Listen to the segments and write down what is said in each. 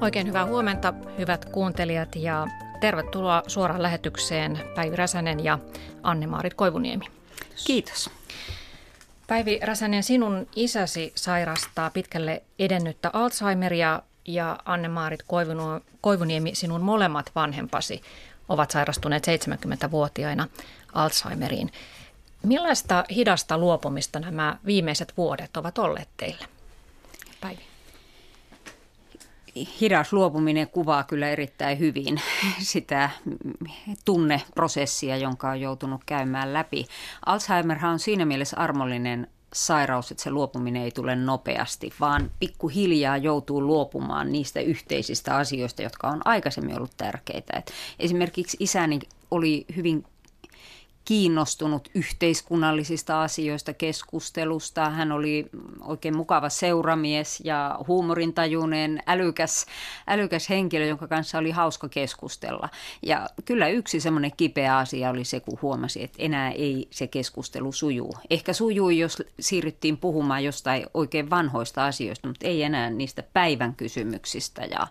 Oikein hyvää huomenta, hyvät kuuntelijat, ja tervetuloa suoraan lähetykseen Päivi Räsänen ja Anne-Maarit Koivuniemi. Kiitos. Päivi Räsänen, sinun isäsi sairastaa pitkälle edennyttä Alzheimeria ja Anne-Maarit Koivuniemi, sinun molemmat vanhempasi ovat sairastuneet 70-vuotiaina Alzheimeriin. Millaista hidasta luopumista nämä viimeiset vuodet ovat olleet teille? Päivi. Hidas luopuminen kuvaa kyllä erittäin hyvin sitä tunneprosessia, jonka on joutunut käymään läpi. Alzheimerhan on siinä mielessä armollinen sairaus, että se luopuminen ei tule nopeasti, vaan pikkuhiljaa joutuu luopumaan niistä yhteisistä asioista, jotka on aikaisemmin ollut tärkeitä. Et esimerkiksi isäni oli hyvin kiinnostunut yhteiskunnallisista asioista, keskustelusta. Hän oli oikein mukava seuramies ja huumorintajuinen, älykäs henkilö, jonka kanssa oli hauska keskustella. Ja kyllä yksi semmoinen kipeä asia oli se, kun huomasi, että enää ei se keskustelu sujuu. Ehkä sujui, jos siirryttiin puhumaan jostain oikein vanhoista asioista, mutta ei enää niistä päivän kysymyksistä. Ja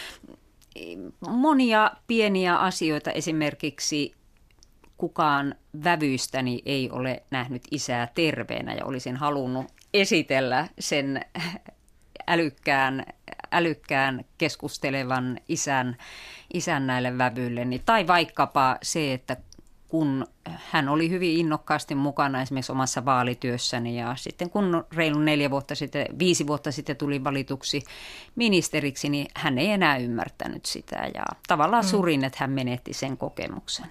monia pieniä asioita, esimerkiksi kukaan vävyistäni ei ole nähnyt isää terveenä, ja olisin halunnut esitellä sen älykkään keskustelevan isän näille vävyilleni. Tai vaikkapa se, että kun hän oli hyvin innokkaasti mukana esimerkiksi omassa vaalityössäni, ja sitten kun reilun 5 vuotta sitten tuli valituksi ministeriksi, niin hän ei enää ymmärtänyt sitä, ja tavallaan surin, että hän menetti sen kokemuksen.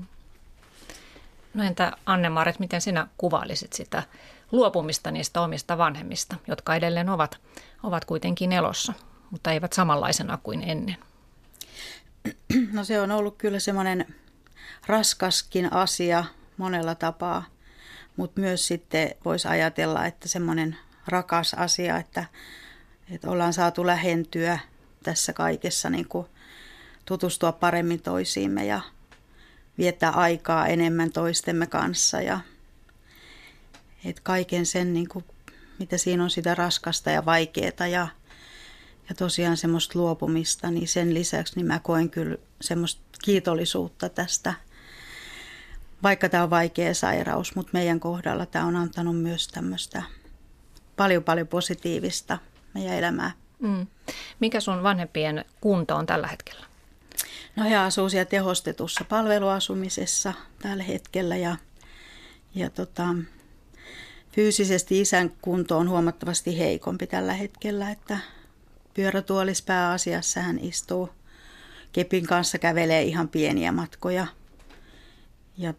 No entä Anne-Maarit, miten sinä kuvailisit sitä luopumista niistä omista vanhemmista, jotka edelleen ovat kuitenkin elossa, mutta eivät samanlaisena kuin ennen? No se on ollut kyllä semmoinen raskaskin asia monella tapaa, mutta myös sitten voisi ajatella, että semmoinen rakas asia, että ollaan saatu lähentyä tässä kaikessa, niin kuin tutustua paremmin toisiimme ja viettää aikaa enemmän toistemme kanssa, ja että kaiken sen, niin kuin, mitä siinä on sitä raskasta ja vaikeaa ja tosiaan semmoista luopumista, niin sen lisäksi niin mä koen kyllä semmoista kiitollisuutta tästä, vaikka tämä on vaikea sairaus, mutta meidän kohdalla tämä on antanut myös tämmöistä paljon positiivista meidän elämää. Mikä sun vanhempien kunto on tällä hetkellä? No he asuu siellä tehostetussa palveluasumisessa tällä hetkellä, ja fyysisesti isän kunto on huomattavasti heikompi tällä hetkellä, että pyörätuolissa pääasiassa hän istuu, kepin kanssa kävelee ihan pieniä matkoja ja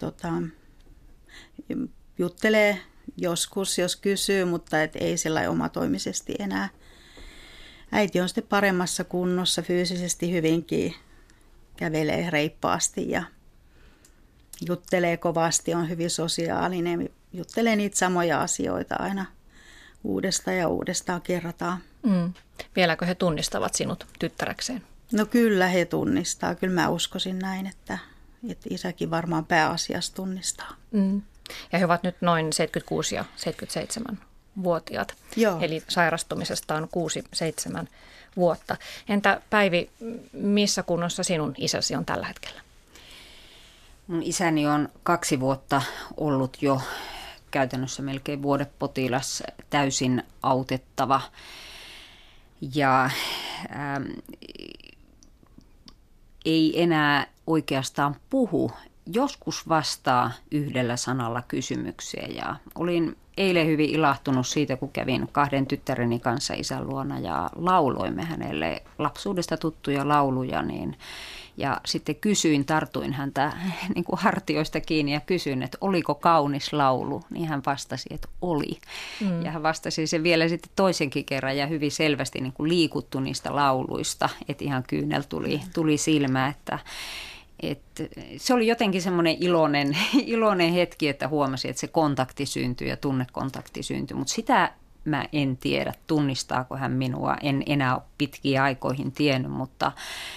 juttelee joskus, jos kysyy, mutta ei sellainen omatoimisesti enää. Äiti on sitten paremmassa kunnossa, fyysisesti hyvinkin. Kävelee reippaasti ja juttelee kovasti, on hyvin sosiaalinen. Juttelee niitä samoja asioita aina uudestaan kerrataan. Vieläkö he tunnistavat sinut tyttäräkseen? No kyllä he tunnistaa. Kyllä mä uskoisin näin, että isäkin varmaan pääasiassa tunnistaa. Ja he ovat nyt noin 76- ja 77-vuotiaat. Joo. Eli sairastumisesta on 6-7 vuotta. Entä Päivi, missä kunnossa sinun isäsi on tällä hetkellä? Mun isäni on 2 vuotta ollut jo käytännössä melkein vuodepotilas, täysin autettava. Ja ei enää oikeastaan puhu. Joskus vastaa yhdellä sanalla kysymykseen, ja olin eilen hyvin ilahtunut siitä, kun kävin 2 tyttäreni kanssa isän luona ja lauloimme hänelle lapsuudesta tuttuja lauluja. Ja sitten tartuin häntä niin kuin hartioista kiinni ja kysyin, että oliko kaunis laulu. Niin hän vastasi, että oli. Ja hän vastasi sen vielä sitten toisenkin kerran ja hyvin selvästi niin kuin liikuttu niistä lauluista, että ihan kyynel tuli silmä, että se oli jotenkin semmoinen iloinen hetki, että huomasin, että se kontakti syntyi ja tunnekontakti syntyi, mutta sitä mä en tiedä, tunnistaako hän minua, en enää ole pitkiä aikoihin tiennyt, mutta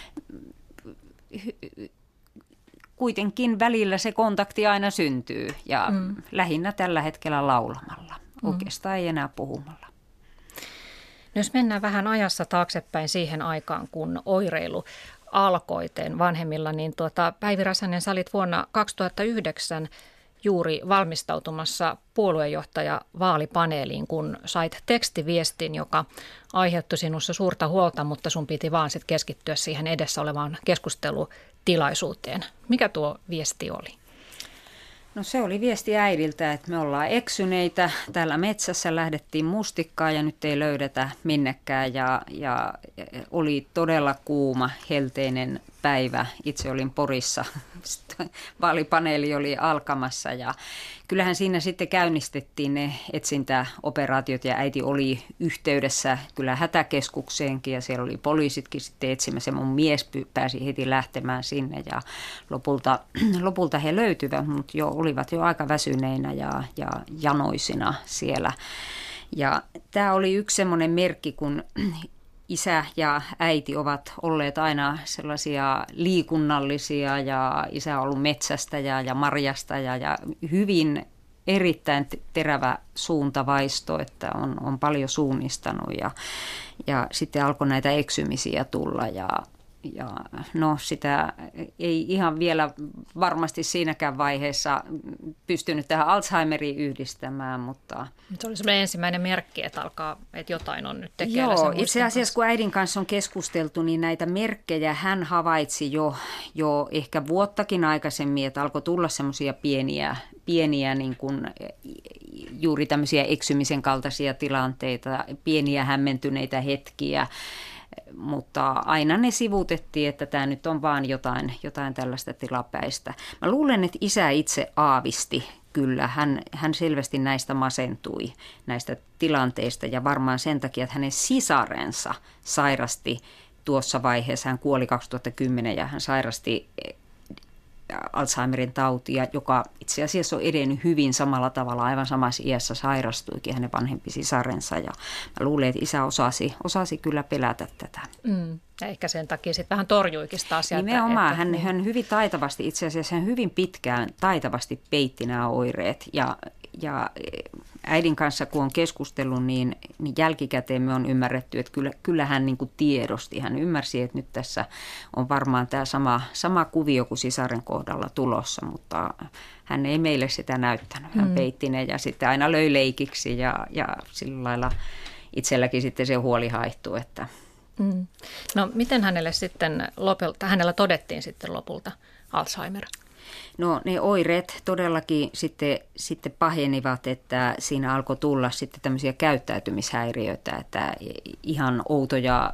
kuitenkin välillä se kontakti aina syntyy ja lähinnä tällä hetkellä laulamalla, oikeastaan ei enää puhumalla. No jos mennään vähän ajassa taaksepäin siihen aikaan, kun oireilu alkoi vanhemmilla, niin Päivi Räsänen, sä olit vuonna 2009 juuri valmistautumassa puoluejohtaja vaalipaneeliin, kun sait tekstiviestin, joka aiheutti sinussa suurta huolta, mutta sun piti vaan sit keskittyä siihen edessä olevaan keskustelutilaisuuteen. Mikä tuo viesti oli? No se oli viesti äidiltä, että me ollaan eksyneitä. Täällä metsässä lähdettiin mustikkaan ja nyt ei löydetä minnekään ja oli todella kuuma, helteinen päivä. Itse olin Porissa, vaalipaneeli oli alkamassa ja kyllähän siinä sitten käynnistettiin ne etsintäoperaatiot ja äiti oli yhteydessä kyllä hätäkeskukseenkin ja siellä oli poliisitkin sitten etsimässä. Mun mies pääsi heti lähtemään sinne ja lopulta he löytyivät, mutta olivat jo aika väsyneinä ja janoisina siellä. Ja tämä oli yksi semmoinen merkki, kun isä ja äiti ovat olleet aina sellaisia liikunnallisia ja isä on ollut metsästäjä ja marjastaja ja hyvin erittäin terävä suuntavaisto, että on paljon suunnistanut ja sitten alkoi näitä eksymisiä tulla ja no sitä ei ihan vielä varmasti siinäkään vaiheessa pystynyt tähän Alzheimeriin yhdistämään, mutta se oli semmoinen ensimmäinen merkki, että jotain on nyt tekeillä. Joo, itse asiassa kun äidin kanssa on keskusteltu, niin näitä merkkejä hän havaitsi jo ehkä vuottakin aikaisemmin, että alkoi tulla semmoisia pieniä niin kuin juuri tämmöisiä eksymisen kaltaisia tilanteita, pieniä hämmentyneitä hetkiä. Mutta aina ne sivuutettiin, että tämä nyt on vaan jotain tällaista tilapäistä. Mä luulen, että isä itse aavisti kyllä. Hän selvästi näistä masentui, näistä tilanteista ja varmaan sen takia, että hänen sisarensa sairasti tuossa vaiheessa. Hän kuoli 2010 ja hän sairasti Alzheimerin tautia, joka itse asiassa on edennyt hyvin samalla tavalla, aivan samassa iässä sairastuikin hänen vanhempi sisarensa ja mä luulen, että isä osasi kyllä pelätä tätä. Ja ehkä sen takia sitten vähän torjuikin sitä asiaa. Nimenomaan, hän hyvin taitavasti, itse asiassa hän hyvin pitkään taitavasti peitti nämä oireet ja äidin kanssa kun on keskustellut, niin jälkikäteen me on ymmärretty, että kyllä hän niin kuin tiedosti. Hän ymmärsi, että nyt tässä on varmaan tämä sama kuvio kuin sisaren kohdalla tulossa, mutta hän ei meille sitä näyttänyt. Hän peitti ne ja sitten aina löi leikiksi ja sillä lailla itselläkin sitten se huoli haihtui. Että No miten hänellä todettiin sitten lopulta Alzheimer? No ne oireet todellakin sitten pahenivat, että siinä alkoi tulla sitten tämmöisiä käyttäytymishäiriöitä, että ihan outoja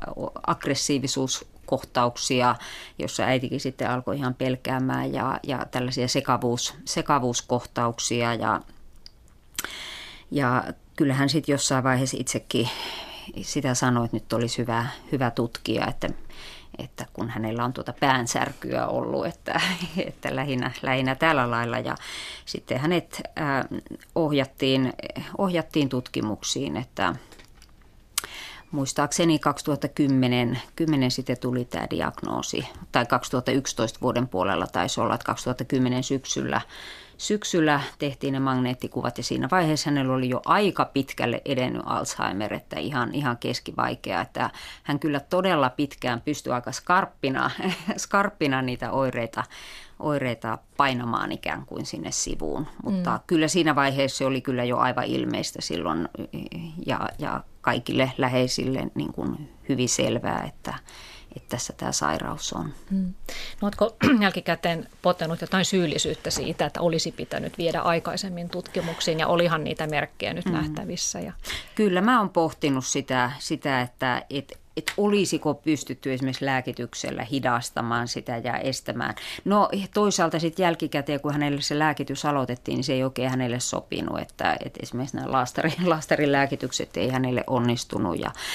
aggressiivisuuskohtauksia, jossa äitikin sitten alkoi ihan pelkäämään ja tällaisia sekavuuskohtauksia ja kyllähän sitten jossain vaiheessa itsekin sitä sanoi, että nyt olisi hyvä tutkia, että kun hänellä on päänsärkyä ollut, että lähinnä tällä lailla. Ja sitten hänet ohjattiin tutkimuksiin, että muistaakseni 2010 sitten tuli tämä diagnoosi, tai 2011 vuoden puolella taisi olla, että 2010 syksyllä tehtiin ne magneettikuvat ja siinä vaiheessa hänellä oli jo aika pitkälle edennyt Alzheimer, että ihan keskivaikea, että hän kyllä todella pitkään pystyi aika skarppina niitä oireita painamaan ikään kuin sinne sivuun, mutta kyllä siinä vaiheessa se oli kyllä jo aivan ilmeistä silloin ja kaikille läheisille niin kuin hyvin selvää, että tässä tämä sairaus on. No, oletko jälkikäteen potenut jotain syyllisyyttä siitä, että olisi pitänyt viedä aikaisemmin tutkimuksiin ja olihan niitä merkkejä nyt nähtävissä? Kyllä mä oon pohtinut sitä että olisiko pystytty esimerkiksi lääkityksellä hidastamaan sitä ja estämään. No toisaalta sitten jälkikäteen, kun hänelle se lääkitys aloitettiin, niin se ei oikein hänelle sopinut, että esimerkiksi nämä laastarilääkitykset ei hänelle onnistunut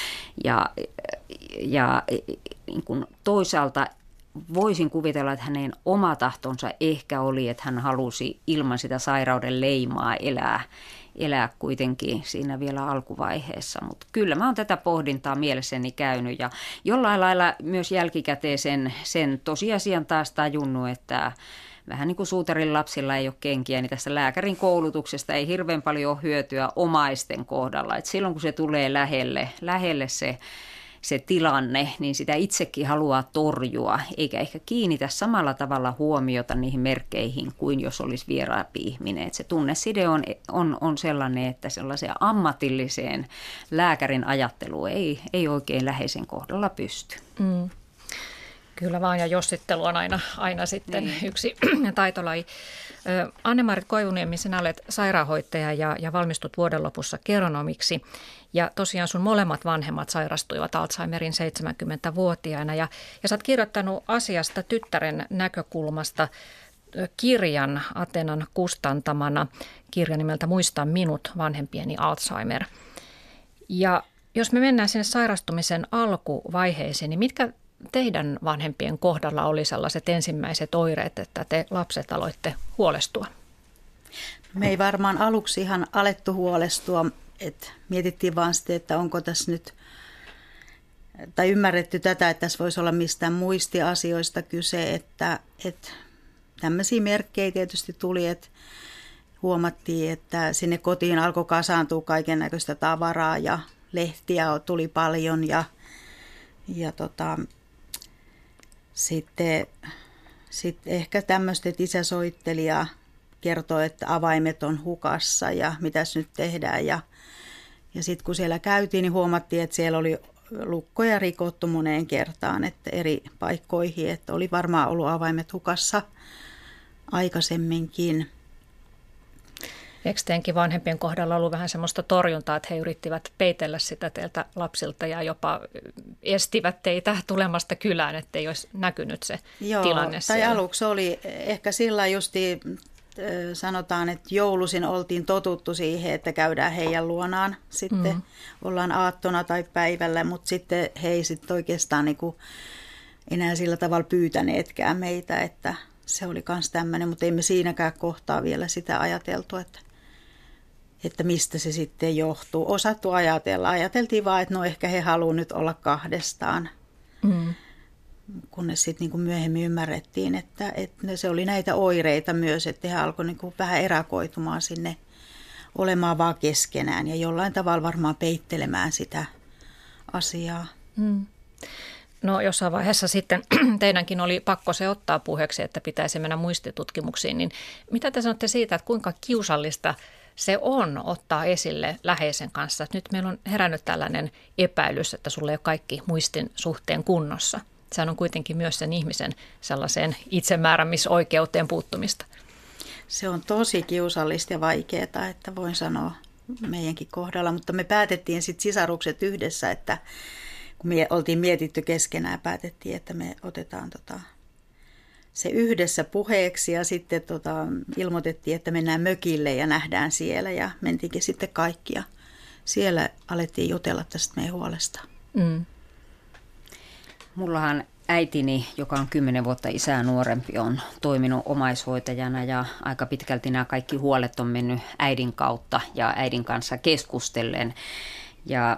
ja niin kuin toisaalta voisin kuvitella, että hänen oma tahtonsa ehkä oli, että hän halusi ilman sitä sairauden leimaa elää kuitenkin siinä vielä alkuvaiheessa. Mutta kyllä mä oon tätä pohdintaa mielessäni käynyt ja jollain lailla myös jälkikäteen sen tosiasian taas tajunnut, että vähän niin kuin suutarin lapsilla ei ole kenkiä, niin tästä lääkärin koulutuksesta ei hirveän paljon ole hyötyä omaisten kohdalla. Et silloin kun se tulee lähelle se tilanne, niin sitä itsekin haluaa torjua, eikä ehkä kiinnitä samalla tavalla huomiota niihin merkkeihin kuin jos olisi vieraampi ihminen. Et se tunneside on sellainen, että sellaiseen ammatilliseen lääkärin ajatteluun ei oikein läheisen kohdalla pysty. Mm. Kyllä vaan, ja jossittelu on aina sitten yksi taitolaji. Anne-Maarit Koivuniemi, sinä olet sairaanhoitaja ja valmistut vuoden lopussa geronomiksi. Ja tosiaan sun molemmat vanhemmat sairastuivat Alzheimerin 70-vuotiaana. Ja sä oot kirjoittanut asiasta tyttären näkökulmasta kirjan Atenan kustantamana, kirja nimeltä Muista minut, vanhempieni Alzheimer. Ja jos me mennään sinne sairastumisen alkuvaiheeseen, niin mitkä teidän vanhempien kohdalla oli sellaiset ensimmäiset oireet, että te lapset aloitte huolestua? Me ei varmaan aluksi ihan alettu huolestua, että mietittiin vaan sitten, että onko tässä nyt, tai ymmärretty tätä, että tässä voisi olla mistään muistiasioista kyse, että tämmöisiä merkkejä tietysti tuli, että huomattiin, että sinne kotiin alkoi kasaantua kaiken näköistä tavaraa ja lehtiä tuli paljon ja sitten ehkä tämmöistä, että isä soitteli ja kertoi, että avaimet on hukassa ja mitäs nyt tehdään. Ja sitten kun siellä käytiin, niin huomattiin, että siellä oli lukkoja rikottu moneen kertaan, että eri paikkoihin, että oli varmaan ollut avaimet hukassa aikaisemminkin. Eikö teidänkin vanhempien kohdalla ollut vähän semmoista torjuntaa, että he yrittivät peitellä sitä teiltä lapsilta ja jopa estivät teitä tulemasta kylään, ettei olisi näkynyt se tilanne siellä? Tai aluksi oli ehkä sillä justi sanotaan, että joulusin oltiin totuttu siihen, että käydään heidän luonaan. Sitten ollaan aattona tai päivällä, mutta sitten he ei sitten oikeastaan niinku enää sillä tavalla pyytäneetkään meitä, että se oli myös tämmöinen, mutta ei me siinäkään kohtaa vielä sitä ajateltu, että mistä se sitten johtuu. Osattu ajatella. Ajateltiin vaan, että no ehkä he haluaa nyt olla kahdestaan. Kunnes sitten niin myöhemmin ymmärrettiin, että se oli näitä oireita myös, että he alkoi niin vähän erakoitumaan sinne olemaan vaan keskenään ja jollain tavalla varmaan peittelemään sitä asiaa. No jossain vaiheessa sitten teidänkin oli pakko se ottaa puheeksi, että pitäisi mennä muistitutkimuksiin. Niin mitä te sanotte siitä, että kuinka kiusallista se on ottaa esille läheisen kanssa? Että nyt meillä on herännyt tällainen epäilys, että sulla ei ole kaikki muistin suhteen kunnossa. Sehän on kuitenkin myös sen ihmisen sellaiseen itsemääräämisoikeuteen puuttumista. Se on tosi kiusallista ja vaikeaa, että voin sanoa meidänkin kohdalla, mutta me päätettiin sitten sisarukset yhdessä, että kun me oltiin mietitty keskenään, päätettiin, että me otetaan se yhdessä puheeksi ja sitten ilmoitettiin, että mennään mökille ja nähdään siellä ja mentiinkin sitten kaikki ja siellä alettiin jutella tästä meidän huolesta. Mullahan äitini, joka on 10 vuotta isää nuorempi, on toiminut omaishoitajana ja aika pitkälti nämä kaikki huolet on mennyt äidin kautta ja äidin kanssa keskustellen. Ja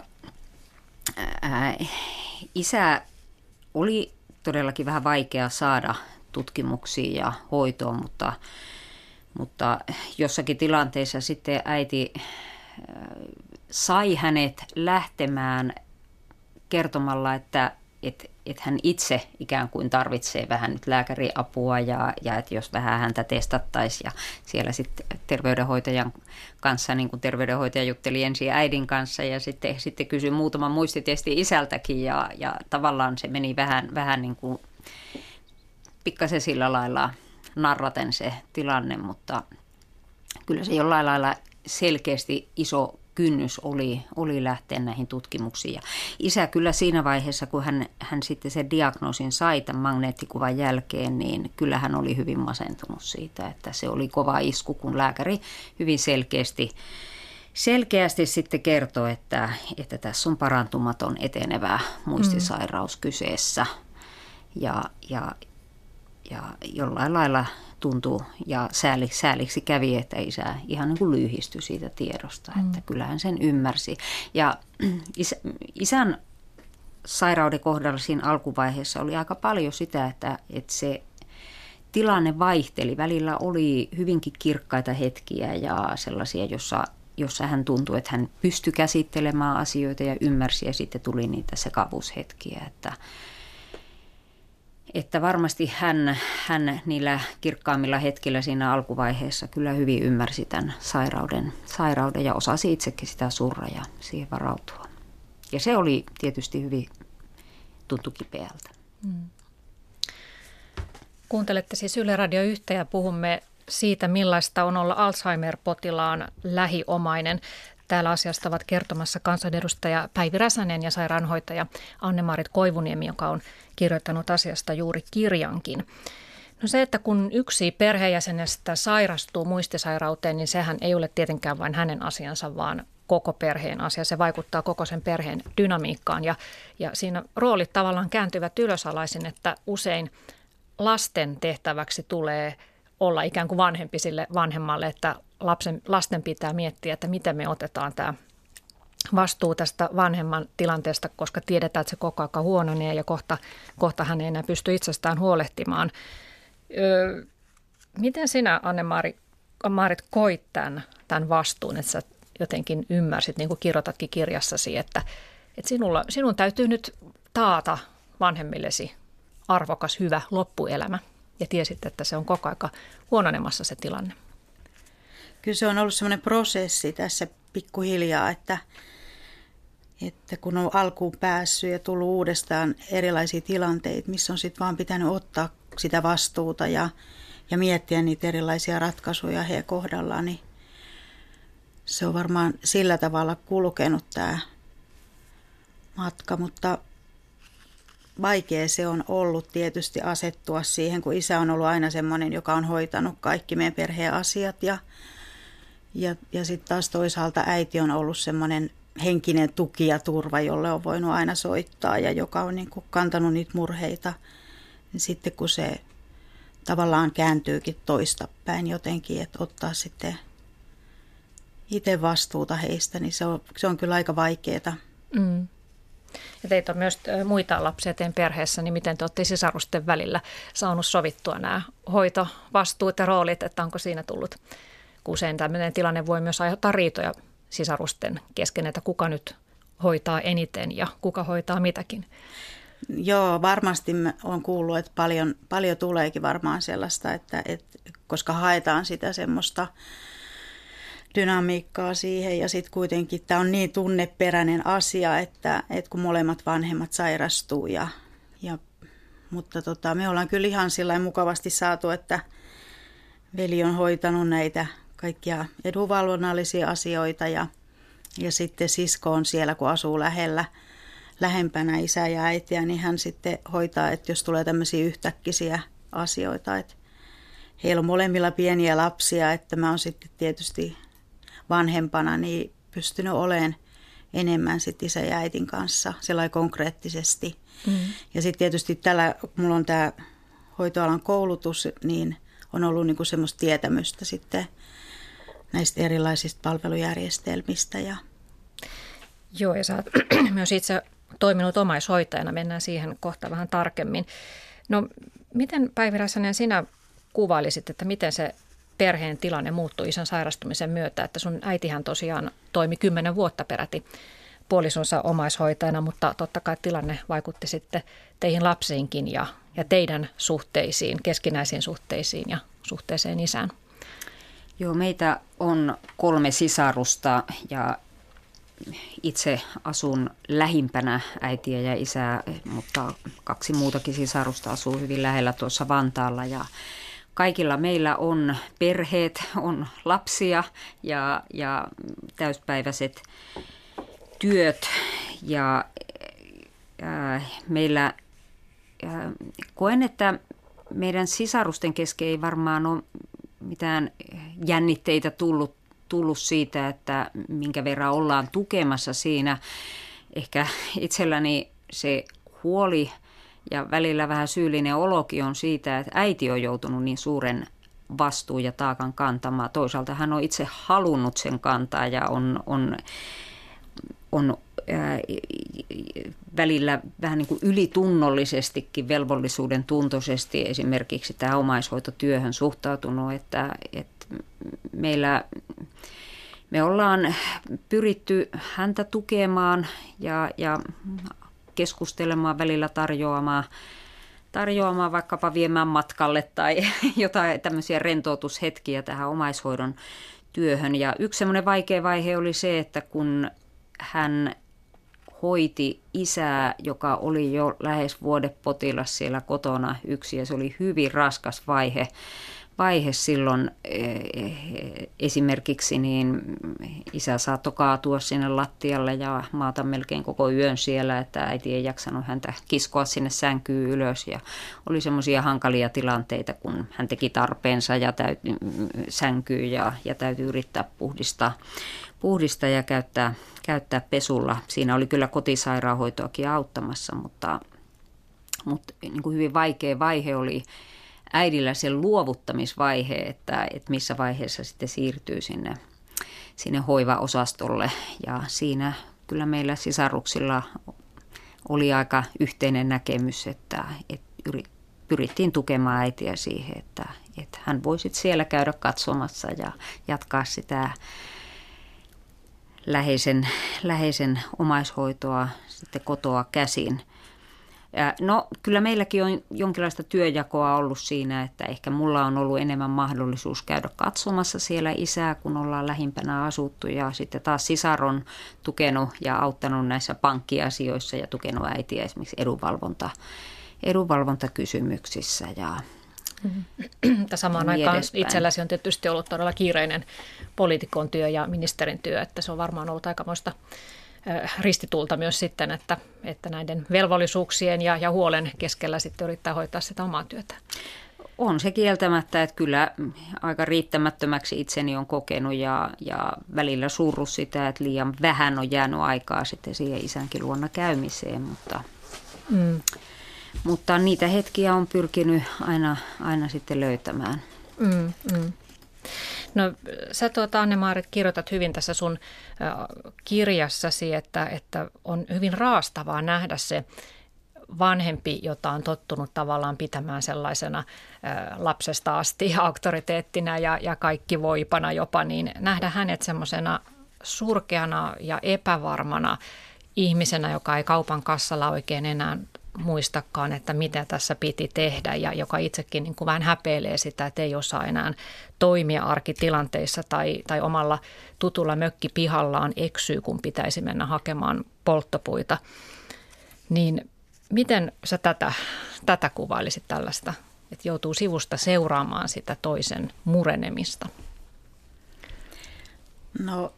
isä oli todellakin vähän vaikea saada tutkimuksiin ja hoitoon, mutta jossakin tilanteessa sitten äiti sai hänet lähtemään kertomalla, että hän itse ikään kuin tarvitsee vähän nyt lääkäriapua ja että jos vähän häntä testattaisiin ja siellä sitten terveydenhoitajan kanssa, niin kuin terveydenhoitaja jutteli ensin äidin kanssa ja sitten kysyi muutaman muistitestin isältäkin ja tavallaan se meni vähän niin kuin pikkasen sillä lailla narraten se tilanne, mutta kyllä se jollain lailla selkeästi iso kynnys oli lähteä näihin tutkimuksiin. Ja isä kyllä siinä vaiheessa, kun hän sitten sen diagnoosin sai tämän magneettikuvan jälkeen, niin kyllä hän oli hyvin masentunut siitä, että se oli kova isku, kun lääkäri hyvin selkeästi sitten kertoi, että tässä on parantumaton etenevä muistisairaus kyseessä. Ja jollain lailla tuntui ja sääliksi kävi, että isä ihan niin kuin lyhistyi siitä tiedosta, että kyllähän sen ymmärsi. Ja isän sairauden kohdalla siinä alkuvaiheessa oli aika paljon sitä, että se tilanne vaihteli. Välillä oli hyvinkin kirkkaita hetkiä ja sellaisia, jossa hän tuntui, että hän pystyi käsittelemään asioita ja ymmärsi, ja sitten tuli niitä sekavuushetkiä. Että varmasti hän niillä kirkkaammilla hetkillä siinä alkuvaiheessa kyllä hyvin ymmärsi tämän sairauden ja osasi itsekin sitä surra ja siihen varautua. Ja se oli tietysti hyvin, tuntui kipeältä. Kuuntelette siis Yle Radio 1 ja puhumme siitä, millaista on olla Alzheimer-potilaan lähiomainen. Täällä asiasta ovat kertomassa kansanedustaja Päivi Räsänen ja sairaanhoitaja Anne-Maarit Koivuniemi, joka on kirjoittanut asiasta juuri kirjankin. No se, että kun yksi perheenjäsenestä sairastuu muistisairauteen, niin sehän ei ole tietenkään vain hänen asiansa, vaan koko perheen asia. Se vaikuttaa koko sen perheen dynamiikkaan ja siinä roolit tavallaan kääntyvät ylösalaisin, että usein lasten tehtäväksi tulee olla ikään kuin vanhempi sille vanhemmalle, että lasten pitää miettiä, että miten me otetaan tämä vastuu tästä vanhemman tilanteesta, koska tiedetään, että se koko ajan huononee ja kohta hän ei enää pysty itsestään huolehtimaan. Miten sinä, Anne-Maarit, koit tämän vastuun, että sä jotenkin ymmärsit, niin kuin kirjoitatkin kirjassasi, että sinun täytyy nyt taata vanhemmillesi arvokas, hyvä loppuelämä ja tiesit, että se on koko aika huononemassa se tilanne? Kyllä se on ollut semmoinen prosessi tässä pikkuhiljaa, että kun on alkuun päässyt ja tullut uudestaan erilaisia tilanteita, missä on sitten vaan pitänyt ottaa sitä vastuuta ja miettiä niitä erilaisia ratkaisuja heidän kohdallaan, niin se on varmaan sillä tavalla kulkenut tämä matka, mutta vaikea se on ollut tietysti asettua siihen, kun isä on ollut aina semmoinen, joka on hoitanut kaikki meidän perheen asiat ja sitten taas toisaalta äiti on ollut semmoinen henkinen tuki ja turva, jolle on voinut aina soittaa ja joka on niin kuin kantanut niitä murheita. Ja sitten kun se tavallaan kääntyykin toistapäin jotenkin, että ottaa sitten itse vastuuta heistä, niin se on kyllä aika vaikeaa. Mm. Ja teitä on myös muita lapsia teidän perheessä, niin miten te olette sisarusten välillä saanut sovittua nämä hoitovastuut ja roolit, että onko siinä tullut, kun usein tämmöinen tilanne voi myös aiheuttaa riitoja sisarusten kesken, että kuka nyt hoitaa eniten ja kuka hoitaa mitäkin? Joo, varmasti olen kuullut, että paljon tuleekin varmaan sellaista, että koska haetaan sitä semmoista dynamiikkaa siihen ja sitten kuitenkin tämä on niin tunneperäinen asia, että kun molemmat vanhemmat sairastuu mutta me ollaan kyllä ihan sillä mukavasti saatu, että veli on hoitanut näitä kaikkia edunvalvonnallisia asioita ja sitten sisko on siellä, kun asuu lähempänä isää ja äitiä, niin hän sitten hoitaa, että jos tulee tämmöisiä yhtäkkisiä asioita, että heillä on molemmilla pieniä lapsia, että mä oon sitten tietysti vanhempana niin pystynyt olemaan enemmän sitten isän ja äitin kanssa sellainen konkreettisesti. Ja sitten tietysti mulla on tämä hoitoalan koulutus, niin on ollut niinku semmoista tietämystä sitten näistä erilaisista palvelujärjestelmistä. Joo, ja sä oot myös itse toiminut omaishoitajana. Mennään siihen kohta vähän tarkemmin. No, miten, Päivi Räsänen, sinä kuvailisit, että miten se perheen tilanne muuttui isän sairastumisen myötä? Että sun äitihän tosiaan toimi 10 vuotta peräti puolisonsa omaishoitajana, mutta totta kai tilanne vaikutti sitten teihin lapsiinkin ja teidän suhteisiin, keskinäisiin suhteisiin ja suhteeseen isään. Joo, meitä on 3 sisarusta ja itse asun lähimpänä äitiä ja isää, mutta 2 muutakin sisarusta asuu hyvin lähellä tuossa Vantaalla ja kaikilla meillä on perheet, on lapsia ja täyspäiväiset työt ja meillä koen, että meidän sisarusten kesken ei varmaan ole mitään jännitteitä tullut siitä, että minkä verran ollaan tukemassa siinä. Ehkä itselläni se huoli ja välillä vähän syyllinen olokin on siitä, että äiti on joutunut niin suuren vastuun ja taakan kantamaan. Toisaalta hän on itse halunnut sen kantaa ja on välillä vähän niin kuin ylitunnollisesti velvollisuuden tuntoisesti esimerkiksi tämä omaishoitotyöhön suhtautunut, että me ollaan pyritty häntä tukemaan ja keskustelemaan, välillä tarjoamaan vaikkapa viemään matkalle tai jotain tämmöisiä rentoutushetkiä tähän omaishoidon työhön. Ja yksi semmoinen vaikea vaihe oli se, että kun hän hoiti isää, joka oli jo lähes vuodepotilas siellä kotona yksin, ja se oli hyvin raskas vaihe silloin. Esimerkiksi niin isä saattoi kaatua sinne lattialle ja maata melkein koko yön siellä, että äiti ei jaksanut häntä kiskoa sinne sänkyyn ylös. Ja oli semmoisia hankalia tilanteita, kun hän teki tarpeensa ja sänkyyn ja täytyy yrittää puhdistaa ja käyttää pesulla. Siinä oli kyllä kotisairaanhoitoakin auttamassa, mutta niin kuin hyvin vaikea vaihe oli äidillä se luovuttamisvaihe, että missä vaiheessa sitten siirtyy sinne hoivaosastolle. Ja siinä kyllä meillä sisaruksilla oli aika yhteinen näkemys, että pyrittiin tukemaan äitiä siihen, että hän voi sitten siellä käydä katsomassa ja jatkaa sitä läheisen omaishoitoa sitten kotoa käsin. No kyllä meilläkin on jonkinlaista työnjakoa ollut siinä, että ehkä mulla on ollut enemmän mahdollisuus käydä katsomassa siellä isää, kun ollaan lähimpänä asuttu, ja sitten taas sisar on tukenut ja auttanut näissä pankkiasioissa ja tukenut äitiä esimerkiksi edunvalvontakysymyksissä. Samaan aikaan itselläsi on tietysti ollut todella kiireinen poliitikon työ ja ministerin työ, että se on varmaan ollut aikamoista ristitulta myös sitten, että näiden velvollisuuksien ja huolen keskellä sitten yrittää hoitaa sitä omaa työtä. On se kieltämättä, että kyllä aika riittämättömäksi itseni on kokenut ja välillä surrut sitä, että liian vähän on jäänyt aikaa sitten siihen isänkin luona käymiseen, mutta niitä hetkiä on pyrkinyt aina sitten löytämään. No sä Anne-Maarit kirjoitat hyvin tässä sun kirjassasi, että on hyvin raastavaa nähdä se vanhempi, jota on tottunut tavallaan pitämään sellaisena lapsesta asti auktoriteettina ja kaikki voipana jopa, niin nähdä hänet semmoisena surkeana ja epävarmana ihmisenä, joka ei kaupan kassalla oikein enää muistakaan, että mitä tässä piti tehdä, ja joka itsekin niin kuin vähän häpeilee sitä, että ei osaa enää toimia arkitilanteissa tai omalla tutulla mökkipihallaan eksyy, kun pitäisi mennä hakemaan polttopuita. Niin miten sä tätä kuvailisit tällaista, että joutuu sivusta seuraamaan sitä toisen murenemista? No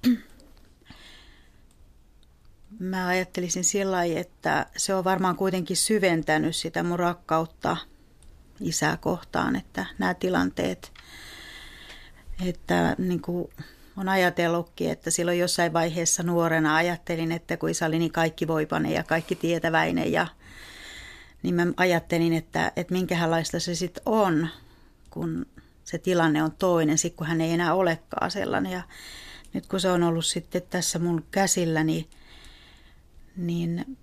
mä ajattelisin sillä lailla, että se on varmaan kuitenkin syventänyt sitä mun rakkautta isää kohtaan, että nämä tilanteet, että niin kuin on ajatellutkin, että silloin jossain vaiheessa nuorena ajattelin, että kun isä oli niin kaikkivoipainen ja kaikki tietäväinen, niin mä ajattelin, että minkälaista se sitten on, kun se tilanne on toinen, sit kun hän ei enää olekaan sellainen. Ja nyt kun se on ollut sitten tässä mun käsillä, niin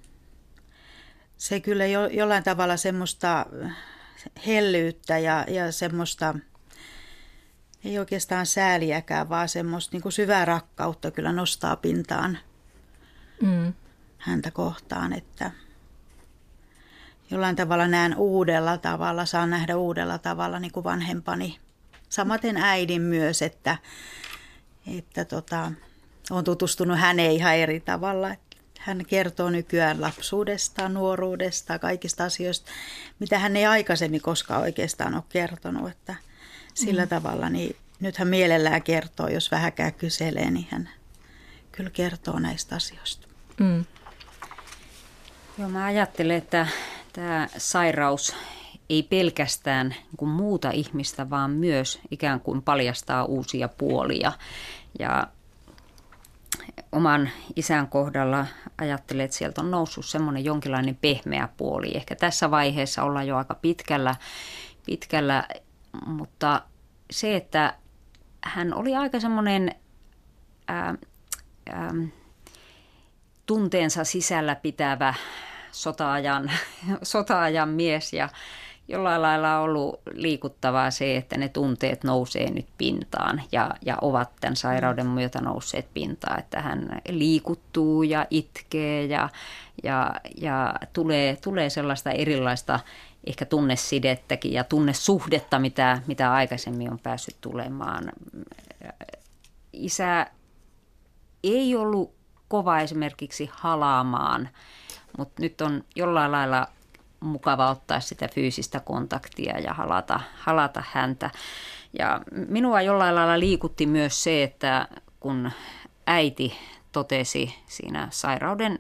se kyllä jollain tavalla semmoista hellyyttä ja semmoista, ei oikeastaan sääliäkään, vaan semmoista niin kuin syvää rakkautta kyllä nostaa pintaan häntä kohtaan, että jollain tavalla näen uudella tavalla, saan nähdä uudella tavalla niin kuin vanhempani. Samaten äidin myös, että olen tutustunut häneen ihan eri tavalla. Hän kertoo nykyään lapsuudestaan, nuoruudesta, kaikista asioista, mitä hän ei aikaisemmin koskaan oikeastaan ole kertonut. Että sillä tavalla, niin nyt hän mielellään kertoo, jos vähäkään kyselee, niin hän kyllä kertoo näistä asioista. Joo, mä ajattelen, että tämä sairaus ei pelkästään kuin muuta ihmistä, vaan myös ikään kuin paljastaa uusia puolia. Ja oman isän kohdalla ajattelen, että sieltä on noussut semmoinen jonkinlainen pehmeä puoli. Ehkä tässä vaiheessa ollaan jo aika pitkällä, mutta se, että hän oli aika semmoinen tunteensa sisällä pitävä sota-ajan mies ja jollain lailla on ollut liikuttavaa se, että ne tunteet nousee nyt pintaan ja ovat tämän sairauden myötä nousseet pintaan, että hän liikuttuu ja itkee ja tulee sellaista erilaista ehkä tunnesidettäkin ja tunnesuhdetta, mitä aikaisemmin on päässyt tulemaan. Isä ei ollut kova esimerkiksi halaamaan, mutta nyt on jollain lailla mukava ottaa sitä fyysistä kontaktia ja halata häntä. Ja minua jollain lailla liikutti myös se, että kun äiti totesi siinä sairauden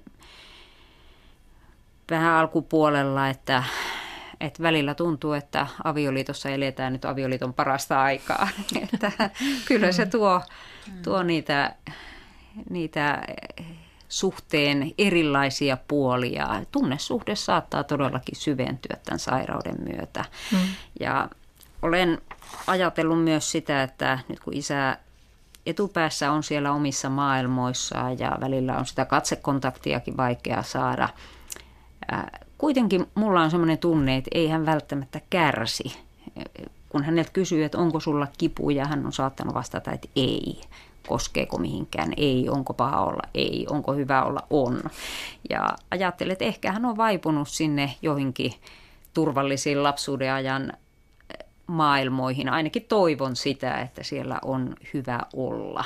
vähän alkupuolella, että välillä tuntuu, että avioliitossa eletään nyt avioliiton parasta aikaa. Että kyllä se tuo niitä suhteen erilaisia puolia. Tunnesuhde saattaa todellakin syventyä tämän sairauden myötä. Ja olen ajatellut myös sitä, että nyt kun isä etupäässä on siellä omissa maailmoissaan ja välillä on sitä katsekontaktiakin vaikea saada, kuitenkin mulla on semmoinen tunne, että ei hän välttämättä kärsi. Kun häneltä kysyy, että onko sulla kipuja, hän on saattanut vastata, että ei. Koskeeko mihinkään? Ei. Onko paha olla? Ei. Onko hyvä olla? On. Ja ajattelen, että ehkä hän on vaipunut sinne joihinkin turvallisiin lapsuuden ajan maailmoihin. Ainakin toivon sitä, että siellä on hyvä olla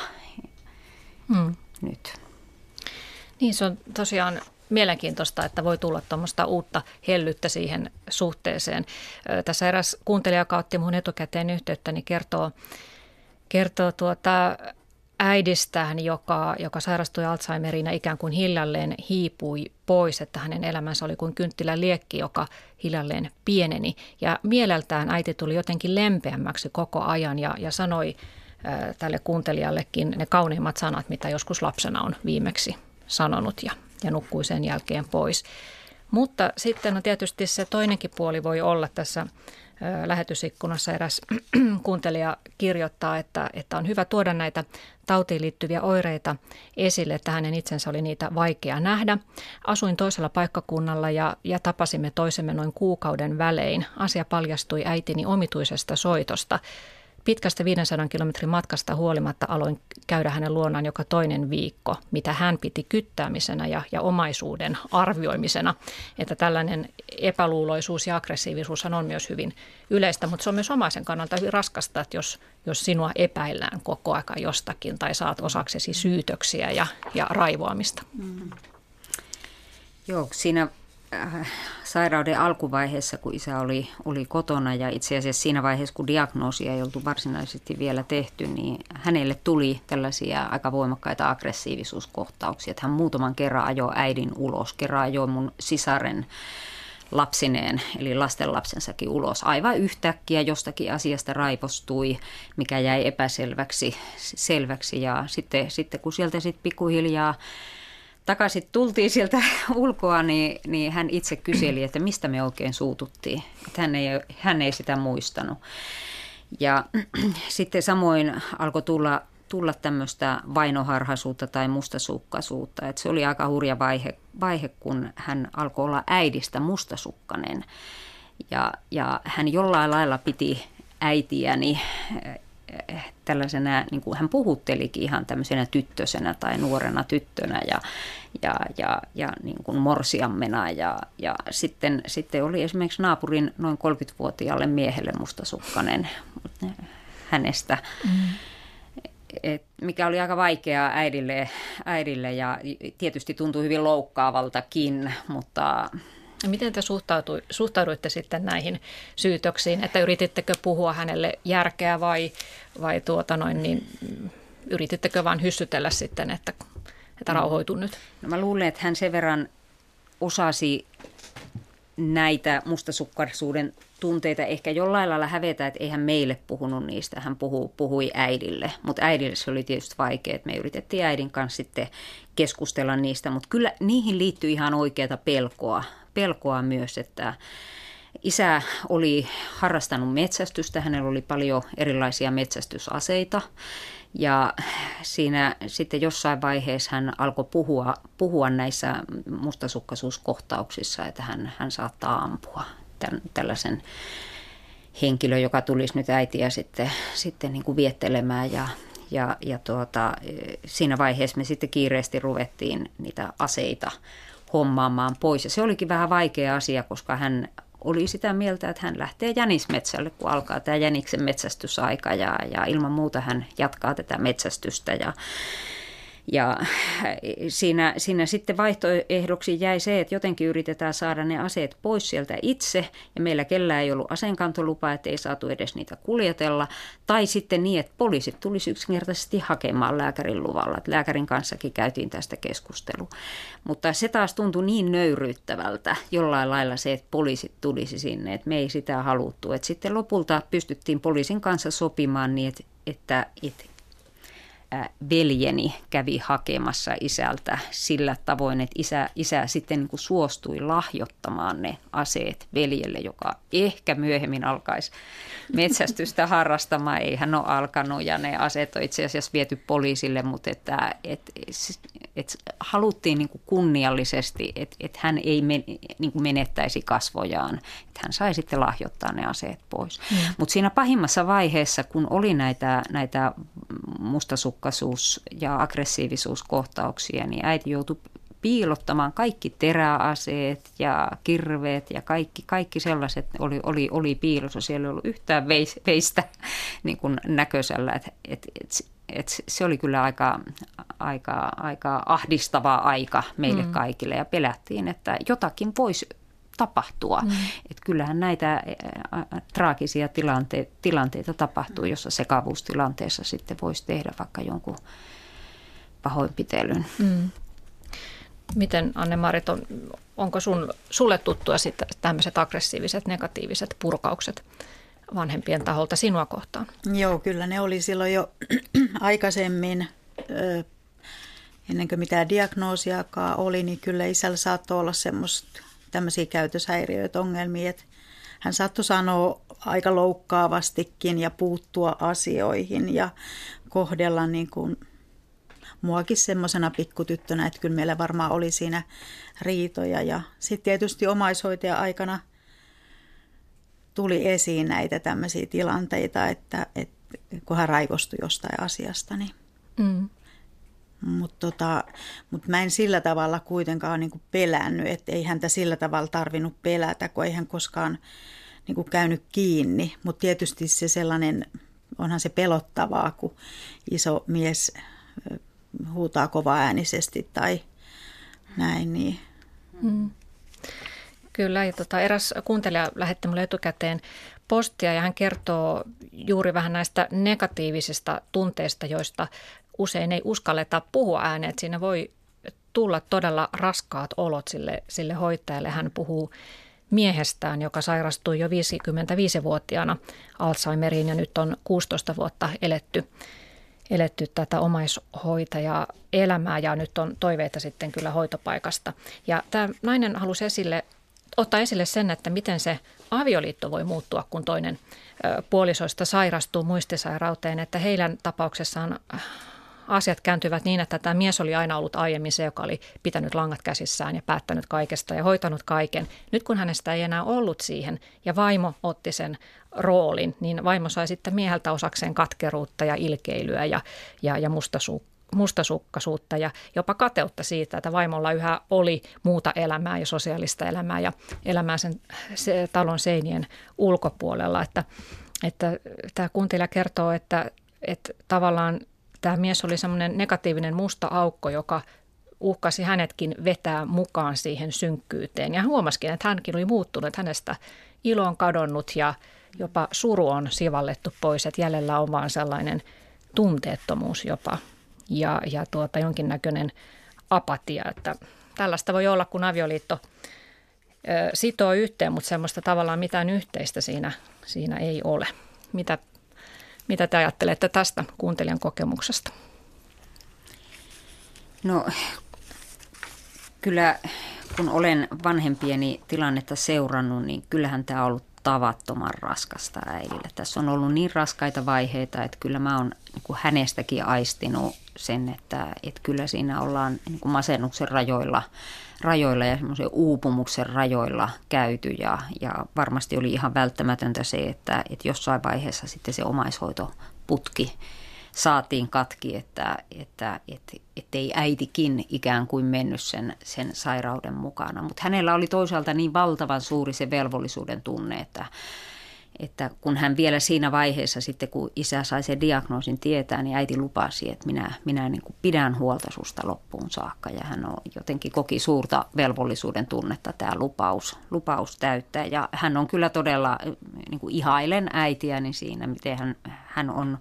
nyt. Niin, se on tosiaan mielenkiintoista, että voi tulla tuommoista uutta hellyttä siihen suhteeseen. Tässä eräs kuuntelija, joka otti minun etukäteen yhteyttä, niin kertoo äidistään, joka sairastui Alzheimeriin ja ikään kuin hiljalleen hiipui pois, että hänen elämänsä oli kuin kynttilän liekki, joka hiljalleen pieneni. Ja mieleltään äiti tuli jotenkin lempeämmäksi koko ajan ja sanoi tälle kuuntelijallekin ne kauneimmat sanat, mitä joskus lapsena on viimeksi sanonut ja nukkui sen jälkeen pois. Mutta sitten on tietysti se toinenkin puoli voi olla tässä lähetysikkunassa. Eräs kuuntelija kirjoittaa, että on hyvä tuoda näitä tautiin liittyviä oireita esille, että hänen itsensä oli niitä vaikea nähdä. Asuin toisella paikkakunnalla ja tapasimme toisemme noin kuukauden välein. Asia paljastui äitini omituisesta soitosta. Pitkästä 500 kilometrin matkasta huolimatta aloin käydä hänen luonaan joka toinen viikko, mitä hän piti kyttäämisenä ja omaisuuden arvioimisena. Että tällainen epäluuloisuus ja aggressiivisuus on myös hyvin yleistä, mutta se on myös omaisen kannalta hyvin raskasta, että jos sinua epäillään koko aika jostakin tai saat osaksesi syytöksiä ja raivoamista. Joo, siinä sairauden alkuvaiheessa, kun isä oli kotona ja itse asiassa siinä vaiheessa, kun diagnoosia ei oltu varsinaisesti vielä tehty, niin hänelle tuli tällaisia aika voimakkaita aggressiivisuuskohtauksia. Että hän muutaman kerran ajoi äidin ulos, kerran ajoi mun sisaren lapsineen, eli lastenlapsensakin ulos. Aivan yhtäkkiä jostakin asiasta raivostui, mikä jäi epäselväksi ja sitten kun sieltä sitten pikkuhiljaa takaisin tultiin sieltä ulkoa, niin hän itse kyseli, että mistä me oikein suututtiin. Että hän ei sitä muistanut. Ja sitten samoin alkoi tulla tämmöistä vainoharhaisuutta tai mustasukkaisuutta. Että se oli aika hurja vaihe, kun hän alkoi olla äidistä mustasukkainen. Ja hän jollain lailla piti äitiäni tällaisena, niin kuin hän puhuttelikin ihan tämmöisenä tyttösenä tai nuorena tyttönä ja niin kuin morsiammena. Ja sitten oli esimerkiksi naapurin noin 30-vuotiaalle miehelle mustasukkainen hänestä, mikä oli aika vaikeaa äidille ja tietysti tuntui hyvin loukkaavaltakin, mutta miten te suhtauduitte sitten näihin syytöksiin, että yritittekö puhua hänelle järkeä vai yritittekö vain hyssytellä sitten, että rauhoitu nyt? No mä luulen, että hän sen verran osasi näitä mustasukkaisuuden tunteita ehkä jollain lailla hävetä, että ei hän meille puhunut niistä. Hän puhui äidille, mutta äidille se oli tietysti vaikea, että me yritettiin äidin kanssa sitten keskustella niistä, mutta kyllä niihin liittyy ihan oikeata pelkoa myös, että isä oli harrastanut metsästystä, hänellä oli paljon erilaisia metsästysaseita Ja siinä sitten jossain vaiheessa hän alkoi puhua näissä mustasukkaisuuskohtauksissa, että hän saattaa ampua tällaisen henkilön, joka tulisi nyt äitiä sitten niin kuin viettelemään ja siinä vaiheessa me sitten kiireesti ruvettiin niitä aseita hommaamaan pois. Ja se olikin vähän vaikea asia, koska hän oli sitä mieltä, että hän lähtee jänismetsälle, kun alkaa tämä jäniksen metsästysaika ja ilman muuta hän jatkaa tätä metsästystä. Ja siinä sitten vaihtoehdoksi jäi se, että jotenkin yritetään saada ne aseet pois sieltä itse, ja meillä kellään ei ollut aseenkantolupaa, että ei saatu edes niitä kuljetella, tai sitten niin, että poliisit tulisi yksinkertaisesti hakemaan lääkärin luvalla. Että lääkärin kanssakin käytiin tästä keskustelua. Mutta se taas tuntui niin nöyryyttävältä jollain lailla se, että poliisit tulisi sinne, että me ei sitä haluttu. Että sitten lopulta pystyttiin poliisin kanssa sopimaan niin, että veljeni kävi hakemassa isältä sillä tavoin, että isä sitten niin kuin suostui lahjoittamaan ne aseet veljelle, joka ehkä myöhemmin alkaisi metsästystä harrastamaan. Ei hän ole alkanut ja ne aseet on itse asiassa viety poliisille, mutta että haluttiin niin kuin kunniallisesti, että hän ei niin kuin menettäisi kasvojaan, että hän sai sitten lahjoittaa ne aseet pois. Mutta siinä pahimmassa vaiheessa, kun oli näitä mustasukkaisuus- ja aggressiivisuuskohtauksia, niin äiti joutui piilottamaan kaikki teräaseet ja kirveet ja kaikki sellaiset oli piilossa. Siellä ei ollut yhtään veistä niin kuin näköisellä, että se oli kyllä aika ahdistava aika meille kaikille ja pelättiin, että jotakin voisi tapahtua. Että kyllähän näitä traagisia tilanteita tapahtuu, jossa sekavuustilanteessa sitten voisi tehdä vaikka jonkun pahoinpitelyn. Miten, Anne-Marit, onko sulle tuttua sitten tämmöiset aggressiiviset, negatiiviset purkaukset vanhempien taholta sinua kohtaan? Joo, kyllä ne oli silloin jo aikaisemmin, ennen kuin mitään diagnoosiakaan oli, niin kyllä isällä saattoi olla tämmöisiä käytöshäiriöitä, ongelmia, että hän saattoi sanoa aika loukkaavastikin ja puuttua asioihin ja kohdella niin kuin muakin semmoisena pikkutyttönä, että kyllä meillä varmaan oli siinä riitoja. Ja sitten tietysti omaishoitajan aikana tuli esiin näitä tämmöisiä tilanteita, että kun hän raivostui jostain asiasta. Niin. Mutta mä en sillä tavalla kuitenkaan niin kuin pelännyt, että ei häntä sillä tavalla tarvinnut pelätä, kun ei hän koskaan niin kuin käynyt kiinni. Mutta tietysti se sellainen, onhan se pelottavaa, kun iso mies huutaa kovaäänisesti tai näin. Niin. Kyllä, ja eräs kuuntelija lähetti minulle etukäteen postia ja hän kertoo juuri vähän näistä negatiivisista tunteista, joista usein ei uskalleta puhua ääneen. Siinä voi tulla todella raskaat olot sille hoitajalle. Hän puhuu miehestään, joka sairastui jo 55-vuotiaana Alzheimeriin ja nyt on 16 vuotta eletty tätä omaishoitajaelämää ja nyt on toiveita sitten kyllä hoitopaikasta. Ja tämä nainen halusi ottaa esille sen, että miten se avioliitto voi muuttua, kun toinen puolisoista sairastuu muistisairauteen, että heidän tapauksessaan asiat kääntyvät niin, että tämä mies oli aina ollut aiemmin se, joka oli pitänyt langat käsissään ja päättänyt kaikesta ja hoitanut kaiken. Nyt kun hänestä ei enää ollut siihen ja vaimo otti sen roolin, niin vaimo sai sitten mieheltä osakseen katkeruutta ja ilkeilyä ja mustasukkaisuutta ja jopa kateutta siitä, että vaimolla yhä oli muuta elämää ja sosiaalista elämää ja elämää sen talon seinien ulkopuolella. Että tämä kuuntelija kertoo, että tavallaan tämä mies oli semmoinen negatiivinen musta aukko, joka uhkasi hänetkin vetää mukaan siihen synkkyyteen. Ja huomasikin, että hänkin oli muuttunut, että hänestä ilo on kadonnut ja jopa suru on sivallettu pois, että jäljellä on vaan sellainen tunteettomuus jopa ja jonkinnäköinen apatia. Että tällaista voi olla, kun avioliitto sitoo yhteen, mutta semmoista tavallaan mitään yhteistä siinä ei ole. Mitä te ajattelette tästä kuuntelijan kokemuksesta? No kyllä kun olen vanhempieni tilannetta seurannut, niin kyllähän tämä on ollut tavattoman raskasta äidille. Tässä on ollut niin raskaita vaiheita, että kyllä mä oon niin kuin hänestäkin aistinut sen, että kyllä siinä ollaan niin kuin masennuksen rajoilla ja semmoisen uupumuksen rajoilla käyty. Ja varmasti oli ihan välttämätöntä se, että jossain vaiheessa sitten se omaishoitoputki saatiin katki, ettei äitikin ikään kuin mennyt sen sairauden mukana. Mutta hänellä oli toisaalta niin valtavan suuri se velvollisuuden tunne, että kun hän vielä siinä vaiheessa sitten, kun isä sai sen diagnoosin tietää, niin äiti lupasi, että minä niin kuin pidän huolta susta loppuun saakka. Ja hän jotenkin koki suurta velvollisuuden tunnetta tämä lupaus täyttää. Ja hän on kyllä todella, niin kuin ihailen äitiäni siinä, miten hän on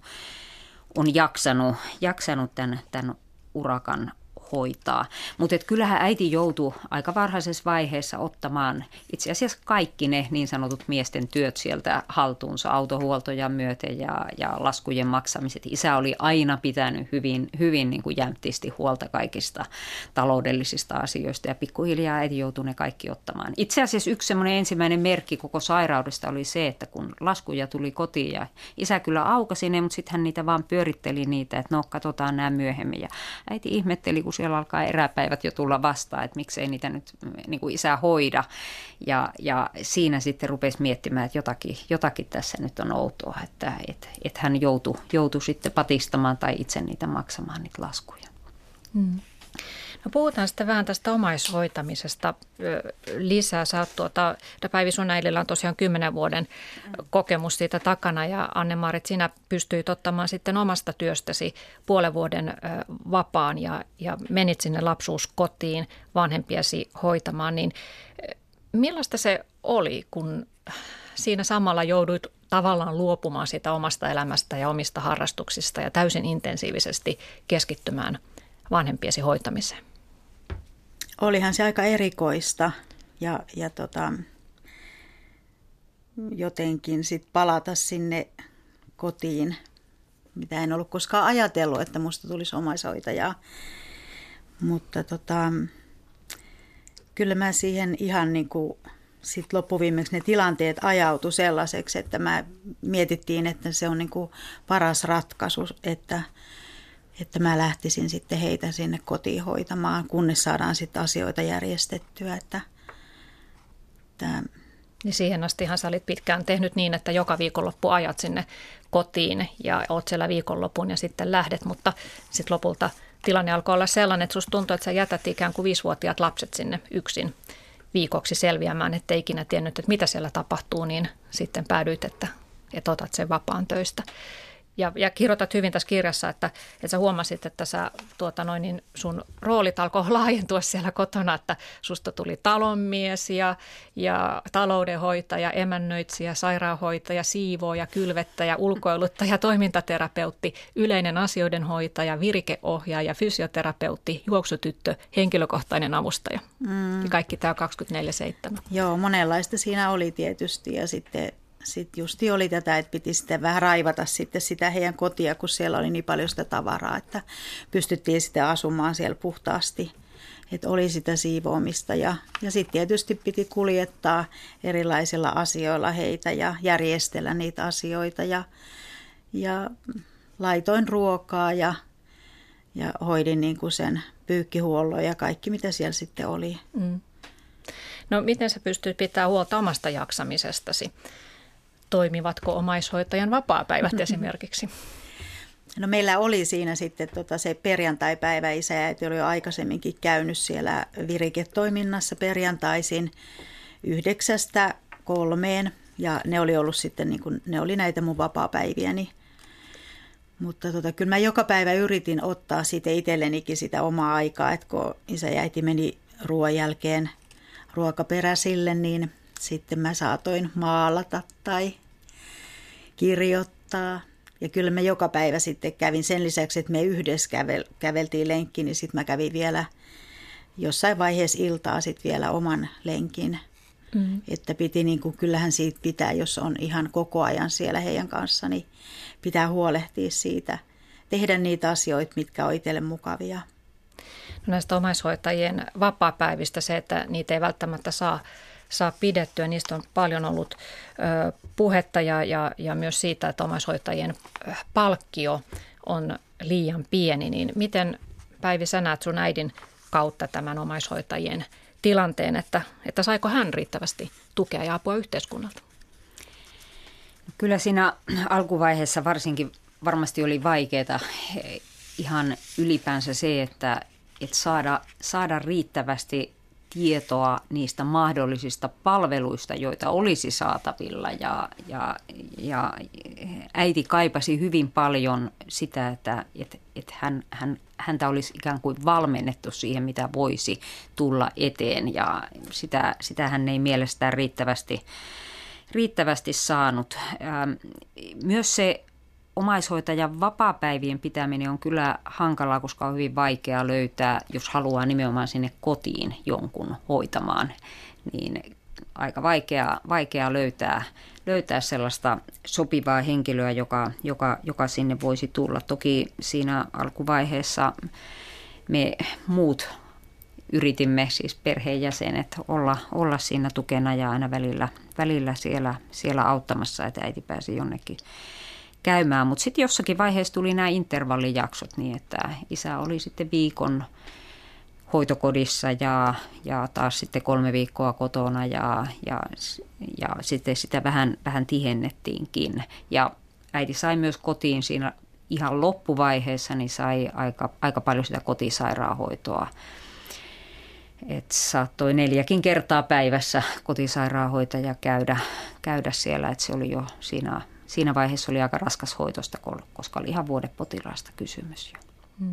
jaksanut tämän urakan hoitaa. Mutta kyllähän äiti joutui aika varhaisessa vaiheessa ottamaan itse asiassa kaikki ne niin sanotut miesten työt sieltä haltuunsa, autohuoltoja myöten ja laskujen maksamiset. Isä oli aina pitänyt hyvin niin kuin jämptisti huolta kaikista taloudellisista asioista ja pikkuhiljaa äiti joutui ne kaikki ottamaan. Itse asiassa yksi semmoinen ensimmäinen merkki koko sairaudesta oli se, että kun laskuja tuli kotiin ja isä kyllä aukasi ne, mutta sitten hän niitä vaan pyöritteli niitä, että no katsotaan nämä myöhemmin. Ja äiti ihmetteli, kun siellä alkaa eräpäivät jo tulla vastaan, että miksei niitä nyt niin kuin isä hoida. Ja siinä sitten rupesi miettimään, että jotakin tässä nyt on outoa, että hän joutui sitten patistamaan tai itse niitä maksamaan niitä laskuja. Mm. No puhutaan sitten vähän tästä omaishoitamisesta lisää. Sä oot Päivi, sun äidillä on tosiaan 10 vuoden kokemus siitä takana ja Anne-Maarit, sinä pystyit ottamaan sitten omasta työstäsi puolen vuoden vapaan ja menit sinne lapsuuskotiin vanhempiasi hoitamaan. Niin millaista se oli, kun siinä samalla jouduit tavallaan luopumaan siitä omasta elämästä ja omista harrastuksista ja täysin intensiivisesti keskittymään vanhempiesi hoitamiseen? Olihan se aika erikoista ja jotenkin sitten palata sinne kotiin, mitä en ollut koskaan ajatellut, että musta tulisi omaishoitajaa. Mutta kyllä mä siihen ihan niin kuin sit loppuviimeksi ne tilanteet ajautui sellaiseksi, että mä mietittiin, että se on niin kuin paras ratkaisu, että mä lähtisin sitten heitä sinne kotiin hoitamaan, kunnes saadaan sitten asioita järjestettyä. Niin siihen astihan sä olit pitkään tehnyt niin, että joka viikonloppu ajat sinne kotiin ja oot siellä viikonlopun ja sitten lähdet, mutta sitten lopulta tilanne alkoi olla sellainen, että susta tuntui, että sä jätät ikään kuin 5-vuotiaat lapset sinne yksin viikoksi selviämään, ettei ikinä tiennyt, että mitä siellä tapahtuu, niin sitten päädyit, että otat sen vapaan töistä. Ja kirjoitat hyvin tässä kirjassa, että sä huomasit, että sun roolit alkoi laajentua siellä kotona, että susta tuli talonmies ja taloudenhoitaja, emännöitsijä, sairaanhoitaja, siivooja, kylvettäjä, ulkoiluttaja, toimintaterapeutti, yleinen asioiden hoitaja, virikeohjaaja, fysioterapeutti, juoksutyttö, henkilökohtainen avustaja. Ja kaikki tämä 24/7. Joo, monenlaista siinä oli tietysti ja sitten justi oli tätä, että piti sitten vähän raivata sitten sitä heidän kotia, kun siellä oli niin paljon sitä tavaraa, että pystyttiin sitten asumaan siellä puhtaasti. Että oli sitä siivoamista ja sitten tietysti piti kuljettaa erilaisilla asioilla heitä ja järjestellä niitä asioita ja laitoin ruokaa ja hoidin niin kuin sen pyykkihuollon ja kaikki mitä siellä sitten oli. Mm. No miten sä pystyt pitämään huolta omasta jaksamisestasi? Toimivatko omaishoitajan vapaapäivät esimerkiksi? No meillä oli siinä sitten se perjantaipäivä. Isä ja äiti oli jo aikaisemminkin käynyt siellä viriketoiminnassa perjantaisin 9-3 ja ne oli ollut sitten ne oli näitä mun vapaapäiviäni. Mutta kyllä mä joka päivä yritin ottaa siitä itsellenikin sitä omaa aikaa, että kun isä ja äiti meni ruoan jälkeen ruokaperäisille, niin sitten mä saatoin maalata tai kirjoittaa. Ja kyllä mä joka päivä sitten kävin sen lisäksi, että me yhdessä käveltiin lenkkiin, niin sitten mä kävin vielä jossain vaiheessa iltaa sitten vielä oman lenkin. Mm. Että piti kyllähän siitä pitää, jos on ihan koko ajan siellä heidän kanssa, niin pitää huolehtia siitä, tehdä niitä asioita, mitkä on itselle mukavia. No näistä omaishoitajien vapaapäivistä se, että niitä ei välttämättä saa saa pidettyä. Niistä on paljon ollut puhetta ja myös siitä, että omaishoitajien palkkio on liian pieni. Niin miten, Päivi, sä näet sun äidin kautta tämän omaishoitajien tilanteen, että saiko hän riittävästi tukea ja apua yhteiskunnalta? Kyllä siinä alkuvaiheessa varsinkin varmasti oli vaikeaa ihan ylipäänsä se, että saada riittävästi tietoa niistä mahdollisista palveluista, joita olisi saatavilla. Ja äiti kaipasi hyvin paljon sitä, että häntä olisi ikään kuin valmennettu siihen, mitä voisi tulla eteen. Ja sitä hän ei mielestään riittävästi saanut. Myös se omaishoitajan vapaapäivien pitäminen on kyllä hankalaa, koska on hyvin vaikea löytää, jos haluaa nimenomaan sinne kotiin jonkun hoitamaan, niin aika vaikea löytää sellaista sopivaa henkilöä, joka sinne voisi tulla. Toki siinä alkuvaiheessa me muut yritimme, siis perheenjäsenet, olla siinä tukena ja aina välillä siellä auttamassa, että äiti pääsi jonnekin käymään. Mutta sitten jossakin vaiheessa tuli nämä intervallijaksot niin, että isä oli sitten viikon hoitokodissa ja taas sitten 3 viikkoa kotona ja sitten sitä vähän tihennettiinkin. Ja äiti sai myös kotiin siinä ihan loppuvaiheessa, niin sai aika paljon sitä kotisairaanhoitoa. Et saattoi 4 kertaa päivässä kotisairaanhoitaja käydä siellä, että se oli jo siinä vaiheessa oli aika raskas hoitosta, koska oli ihan vuodepotilaasta kysymys jo.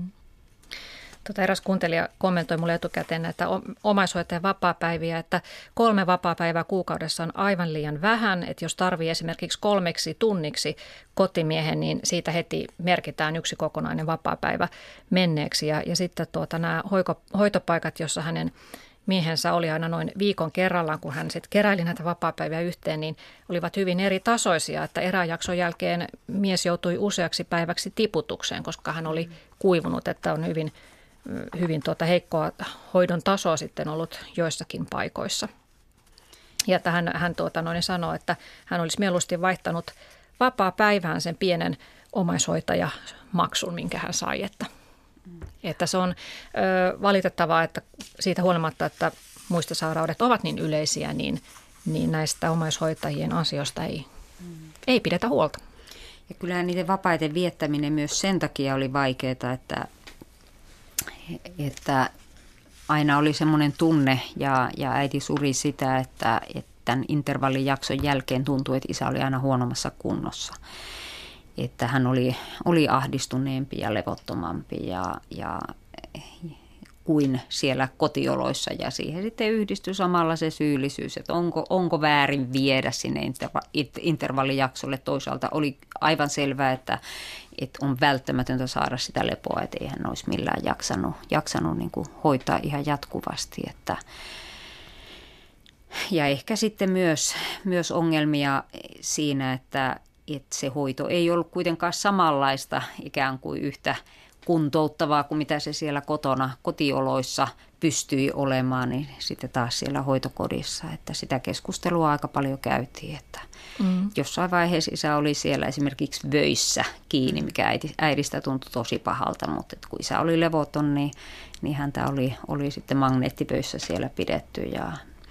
Eräs kuuntelija kommentoi mulle etukäteen näitä omaishoitajan vapaapäiviä, että 3 vapaapäivää kuukaudessa on aivan liian vähän, että jos tarvii esimerkiksi 3 tunniksi kotimiehen, niin siitä heti merkitään 1 kokonainen vapaapäivä menneeksi. Ja sitten nämä hoitopaikat, jossa hänen miehensä oli aina noin viikon kerrallaan, kun hän sitten keräili näitä vapaapäiviä yhteen, niin olivat hyvin eri tasoisia, että erään jakson jälkeen mies joutui useaksi päiväksi tiputukseen, koska hän oli kuivunut, että on hyvin heikkoa hoidon tasoa sitten ollut joissakin paikoissa. Ja että hän sanoi, että hän olisi mieluusti vaihtanut vapaapäivään sen pienen omaishoitajamaksun, minkä hän sai. Että se on valitettavaa, että siitä huolimatta, että muistisairaudet ovat niin yleisiä, niin näistä omaishoitajien asioista ei pidetä huolta. Ja kyllähän niiden vapaiden viettäminen myös sen takia oli vaikeaa, että aina oli semmoinen tunne ja äiti suri sitä, että tämän intervallijakson jälkeen tuntui, että isä oli aina huonommassa kunnossa. Että hän oli ahdistuneempi ja levottomampi kuin siellä kotioloissa ja siihen sitten yhdistyi samalla se syyllisyys, että onko väärin viedä sinne intervallijaksolle. Toisaalta oli aivan selvää, että on välttämätöntä saada sitä lepoa, että ei hän olisi millään jaksanut niin kuin hoitaa ihan jatkuvasti. Ja ehkä sitten myös ongelmia siinä, että se hoito ei ollut kuitenkaan samanlaista ikään kuin yhtä kuntouttavaa kuin mitä se siellä kotioloissa pystyi olemaan, niin sitten taas siellä hoitokodissa, että sitä keskustelua aika paljon käytiin, että jossain vaiheessa isä oli siellä esimerkiksi vöissä kiinni, mikä äidistä tuntui tosi pahalta, mutta kun isä oli levoton, niin häntä oli sitten magneettivöissä siellä pidetty ja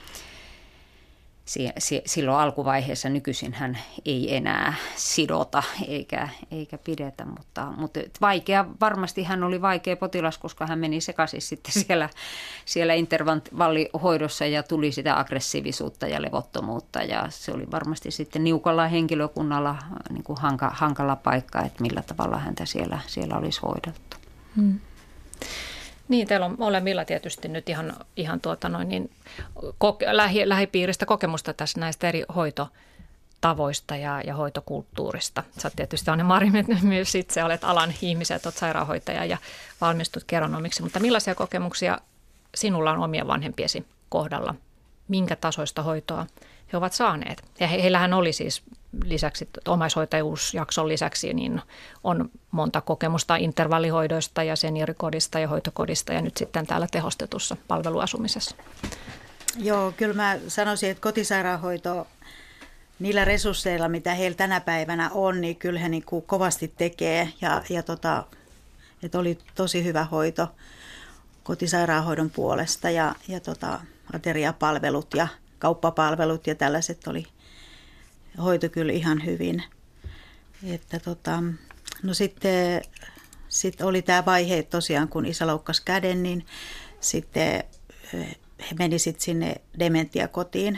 silloin alkuvaiheessa nykyisin hän ei enää sidota eikä pidetä, mutta varmasti hän oli vaikea potilas, koska hän meni sekaisin sitten siellä intervallihoidossa ja tuli sitä aggressiivisuutta ja levottomuutta ja se oli varmasti sitten niukalla henkilökunnalla niin kuin hankala paikka, että millä tavalla häntä siellä olisi hoidettu. Niin, teillä on molemmilla tietysti nyt ihan lähipiiristä kokemusta tässä näistä eri hoitotavoista ja hoitokulttuurista. Sä oot tietysti Anne-Mari myös itse, olet alan ihmisiä, olet sairaanhoitaja ja valmistut geronomiksi, mutta millaisia kokemuksia sinulla on omien vanhempiesi kohdalla? Minkä tasoista hoitoa he ovat saaneet? Ja heillähän oli siis lisäksi, omaishoitajuusjakson lisäksi, niin on monta kokemusta intervallihoidoista ja seniorikodista ja hoitokodista ja nyt sitten täällä tehostetussa palveluasumisessa. Joo, kyllä mä sanoisin, että kotisairaanhoito niillä resursseilla, mitä heillä tänä päivänä on, niin kyllä he niin kuin kovasti tekee. Että oli tosi hyvä hoito kotisairaanhoidon puolesta ja ateriapalvelut ja kauppapalvelut ja tällaiset oli hoito kyllä ihan hyvin. Että no sitten oli tämä vaihe tosiaan, kun isä loukkasi käden, niin sitten he meni sitten sinne dementiakotiin.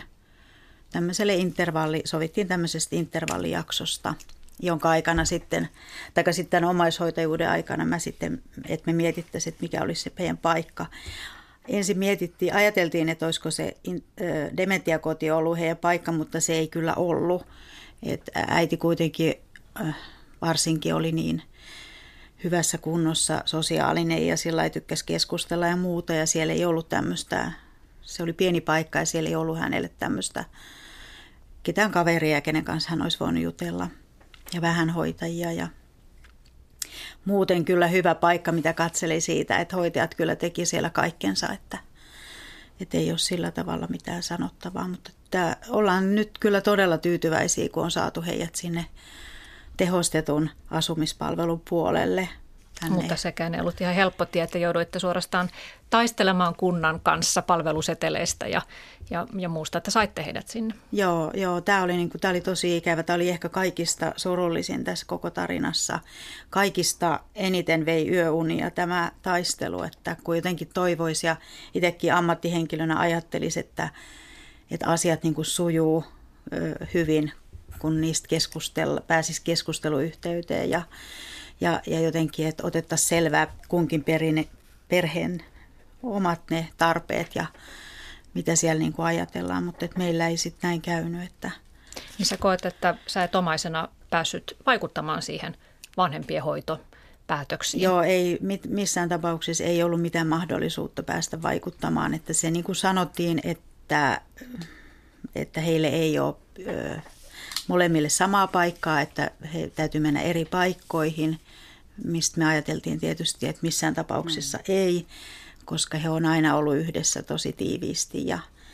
Sovittiin tämmöisestä intervallijaksosta, jonka aikana sitten omaishoitajuuden aikana että me mietittäisiin, että mikä olisi se meidän paikka. Ensin ajateltiin, että olisiko se dementiakoti ollut heidän paikka, mutta se ei kyllä ollut. Että äiti kuitenkin varsinkin oli niin hyvässä kunnossa, sosiaalinen ja sillä lailla tykkäsi keskustella ja muuta. Ja siellä ei ollut tämmöistä, se oli pieni paikka ja siellä ei ollut hänelle tämmöistä ketään kaveria, kenen kanssa hän olisi voinut jutella. Ja vähän hoitajia ja muuten kyllä hyvä paikka, mitä katseli siitä, että hoitajat kyllä teki siellä kaikkensa, että ei ole sillä tavalla mitään sanottavaa. Mutta ollaan nyt kyllä todella tyytyväisiä, kun on saatu heidät sinne tehostetun asumispalvelun puolelle. Tänne. Mutta sekään ei ollut ihan helppo tie, että jouduitte suorastaan taistelemaan kunnan kanssa palveluseteleistä ja muusta, että saitte heidät sinne. Joo, tämä oli tosi ikävä. Tämä oli ehkä kaikista surullisin tässä koko tarinassa. Kaikista eniten vei yöunia tämä taistelu, että kun jotenkin toivoisi ja itsekin ammattihenkilönä ajattelisi, että asiat niin kuin sujuu hyvin, kun niistä pääsisi keskusteluyhteyteen ja jotenkin, että otettaisiin selvää kunkin perheen omat ne tarpeet ja mitä siellä niin kuin ajatellaan, mutta että meillä ei sitten näin käynyt. Että. Niin sä koet, että sä et omaisena päässyt vaikuttamaan siihen vanhempien hoitopäätöksiin? Joo, ei, missään tapauksessa ei ollut mitään mahdollisuutta päästä vaikuttamaan, että se niin kuin sanottiin, että heille ei ole molemmille samaa paikkaa, että he täytyy mennä eri paikkoihin, mistä me ajateltiin tietysti, että missään tapauksessa ei, koska he on aina ollut yhdessä tosi tiiviisti.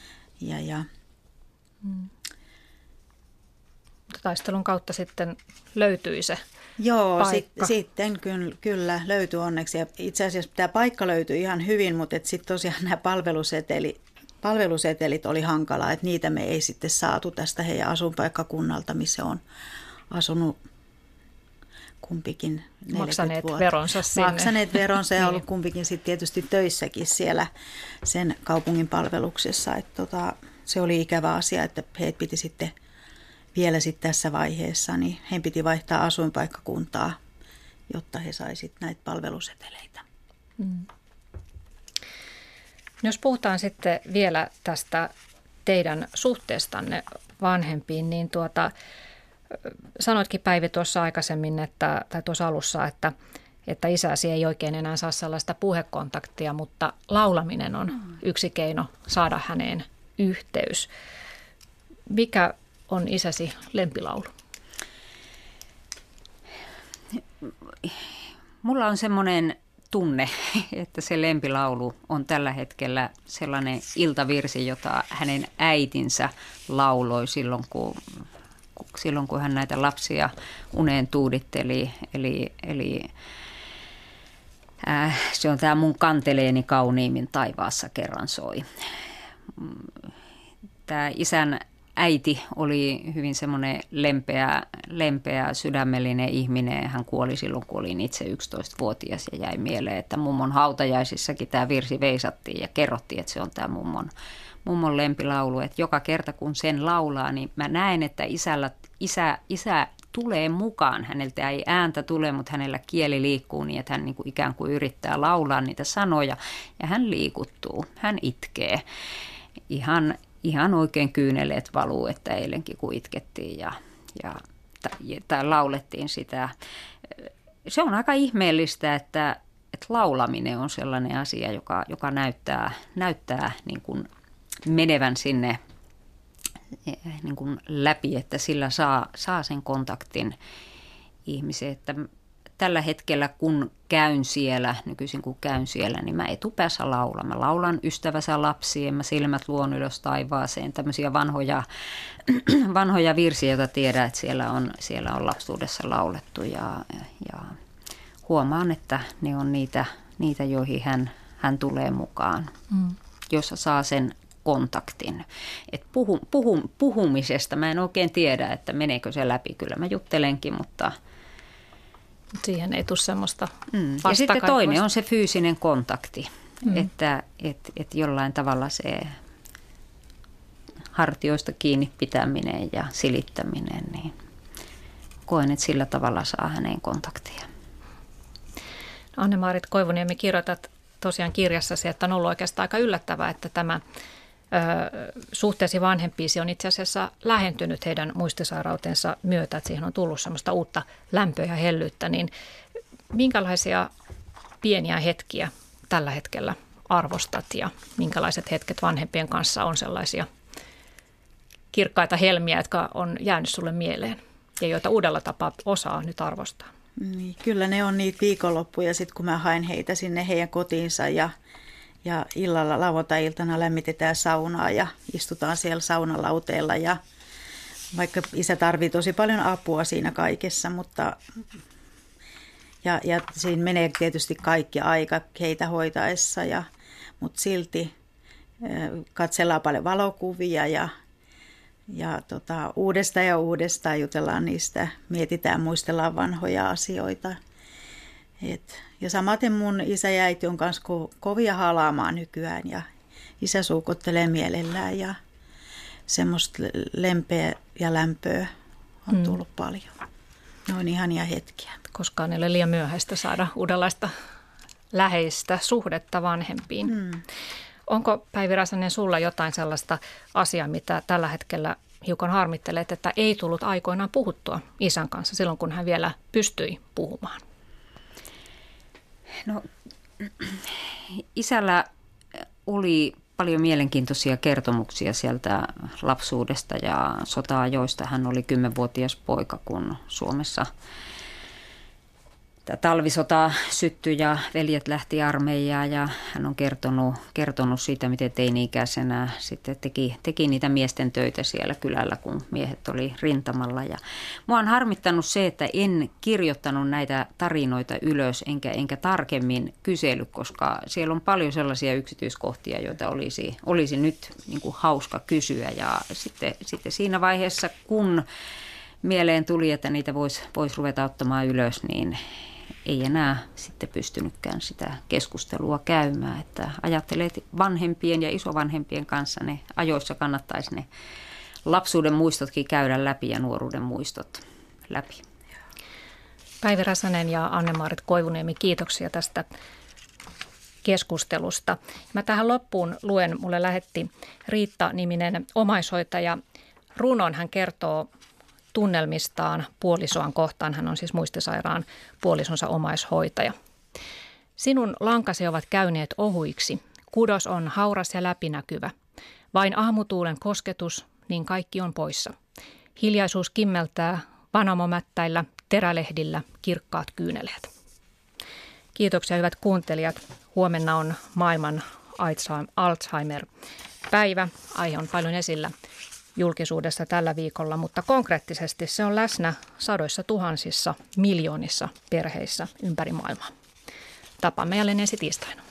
Taistelun kautta sitten löytyi se paikka. Sitten kyllä löytyi onneksi. Ja itse asiassa tämä paikka löytyi ihan hyvin, mutta sitten tosiaan nämä palvelusetelit oli hankalaa, että niitä me ei sitten saatu tästä heidän asuinpaikkakunnalta, missä on asunut kumpikin 40 Maksaneet vuotta. veronsa sinne. Maksaneet veronsa ja ollut kumpikin sitten tietysti töissäkin siellä sen kaupungin palveluksessa. Että se oli ikävä asia, että heitä piti sitten vielä sitten tässä vaiheessa, niin heidän piti vaihtaa asuinpaikkakuntaa, jotta he saisivat näitä palveluseteleitä. Jos puhutaan sitten vielä tästä teidän suhteestanne vanhempiin, niin sanoitkin Päivi tuossa aikaisemmin, tai tuossa alussa, että isäsi ei oikein enää saa sellaista puhekontaktia, mutta laulaminen on yksi keino saada häneen yhteys. Mikä on isäsi lempilaulu? Mulla on semmoinen tunne, että se lempilaulu on tällä hetkellä sellainen iltavirsi, jota hänen äitinsä lauloi silloin, kun hän näitä lapsia uneen tuuditteli. Eli se on tämä mun kanteleeni kauniimmin taivaassa kerran soi. Tämä isän äiti oli hyvin semmoinen lempeä, sydämellinen ihminen. Hän kuoli silloin, kun olin itse 11-vuotias ja jäi mieleen, että mummon hautajaisissakin tämä virsi veisattiin ja kerrottiin, että se on tämä mummon lempilaulu. Että joka kerta, kun sen laulaa, niin mä näen, että isä tulee mukaan. Häneltä ei ääntä tule, mutta hänellä kieli liikkuu niin, että hän niin kuin ikään kuin yrittää laulaa niitä sanoja ja hän liikuttuu, hän itkee. Ihan oikein kyyneleet valuu, että eilenkin kun itkettiin tai laulettiin sitä. Se on aika ihmeellistä, että laulaminen on sellainen asia, joka näyttää niin kuin menevän sinne niin kuin läpi, että sillä saa sen kontaktin ihmiseen. Että tällä hetkellä, kun käyn siellä, nykyisin kun käyn siellä, niin mä etupäässä laulan. Mä laulan Ystävänsä lapsi, mä silmät luon ylös taivaaseen, tämmöisiä vanhoja virsiä, joita tiedän, että siellä on lapsuudessa laulettu ja huomaan, että ne on niitä joihin hän tulee mukaan, jossa saa sen kontaktin. Et puhumisesta mä en oikein tiedä, että meneekö se läpi. Kyllä mä juttelenkin, mutta siihen ei tule semmoista Ja sitten toinen on se fyysinen kontakti, että jollain tavalla se hartioista kiinni pitäminen ja silittäminen, niin koen, että sillä tavalla saa häneen kontaktia. Anne-Maarit Koivuniemi, kirjoitat tosiaan kirjassasi, että on ollut oikeastaan aika yllättävää, että tämä suhteesi vanhempiisi on itse asiassa lähentynyt heidän muistisairautensa myötä, että siihen on tullut semmoista uutta lämpöä ja hellyyttä, niin minkälaisia pieniä hetkiä tällä hetkellä arvostat ja minkälaiset hetket vanhempien kanssa on sellaisia kirkkaita helmiä, jotka on jäänyt sulle mieleen ja joita uudella tapaa osaa nyt arvostaa? Niin, kyllä ne on niitä viikonloppuja sitten, kun mä haen heitä sinne heidän kotiinsa ja illalla lauantai-iltana lämmitetään saunaa ja istutaan siellä saunalauteella ja vaikka isä tarvii tosi paljon apua siinä kaikessa, mutta ja siinä menee tietysti kaikki aika heitä hoitaessa, mutta silti katsellaan paljon valokuvia ja uudestaan jutellaan niistä, mietitään, muistellaan vanhoja asioita. Ja samaten mun isä ja äiti on myös kovia halaamaan nykyään ja isä suukottelee mielellään ja semmoista lempeä ja lämpöä on tullut paljon. Ne on ihania hetkiä. Koskaan ei ole liian myöhäistä saada uudenlaista läheistä suhdetta vanhempiin. Onko, Päivi Räsänen, sulla jotain sellaista asiaa, mitä tällä hetkellä hiukan harmittelet, että ei tullut aikoinaan puhuttua isän kanssa silloin, kun hän vielä pystyi puhumaan? No, isällä oli paljon mielenkiintoisia kertomuksia sieltä lapsuudesta ja sota-ajoista. Hän oli 10-vuotias poika, kun Suomessa talvisota syttyi ja veljet lähti armeijaan ja hän on kertonut siitä, miten teini-ikäisenä sitten teki niitä miesten töitä siellä kylällä, kun miehet oli rintamalla. Ja mua on harmittanut se, että en kirjoittanut näitä tarinoita ylös enkä tarkemmin kysely, koska siellä on paljon sellaisia yksityiskohtia, joita olisi nyt niin kuin hauska kysyä. Ja sitten siinä vaiheessa, kun mieleen tuli, että niitä voisi ruveta ottamaan ylös, niin ei enää sitten pystynytkään sitä keskustelua käymään. Että ajattelee, että vanhempien ja isovanhempien kanssa ne ajoissa kannattaisi ne lapsuuden muistotkin käydä läpi ja nuoruuden muistot läpi. Päivi Räsänen ja Anne-Maarit Koivuniemi, kiitoksia tästä keskustelusta. Mä tähän loppuun luen, mulle lähetti Riitta-niminen omaishoitaja runon. Hän kertoo tunnelmistaan puolisoaan kohtaan. Hän on siis muistisairaan puolisonsa omaishoitaja. Sinun lankasi ovat käyneet ohuiksi. Kudos on hauras ja läpinäkyvä. Vain aamutuulen kosketus, niin kaikki on poissa. Hiljaisuus kimmeltää vanamomättäillä, terälehdillä kirkkaat kyyneleet. Kiitoksia hyvät kuuntelijat. Huomenna on maailman Alzheimer-päivä. Aihe on paljon esillä julkisuudessa tällä viikolla, mutta konkreettisesti se on läsnä sadoissa tuhansissa, miljoonissa perheissä ympäri maailmaa. Tapaamme jälleen ensi tiistaina.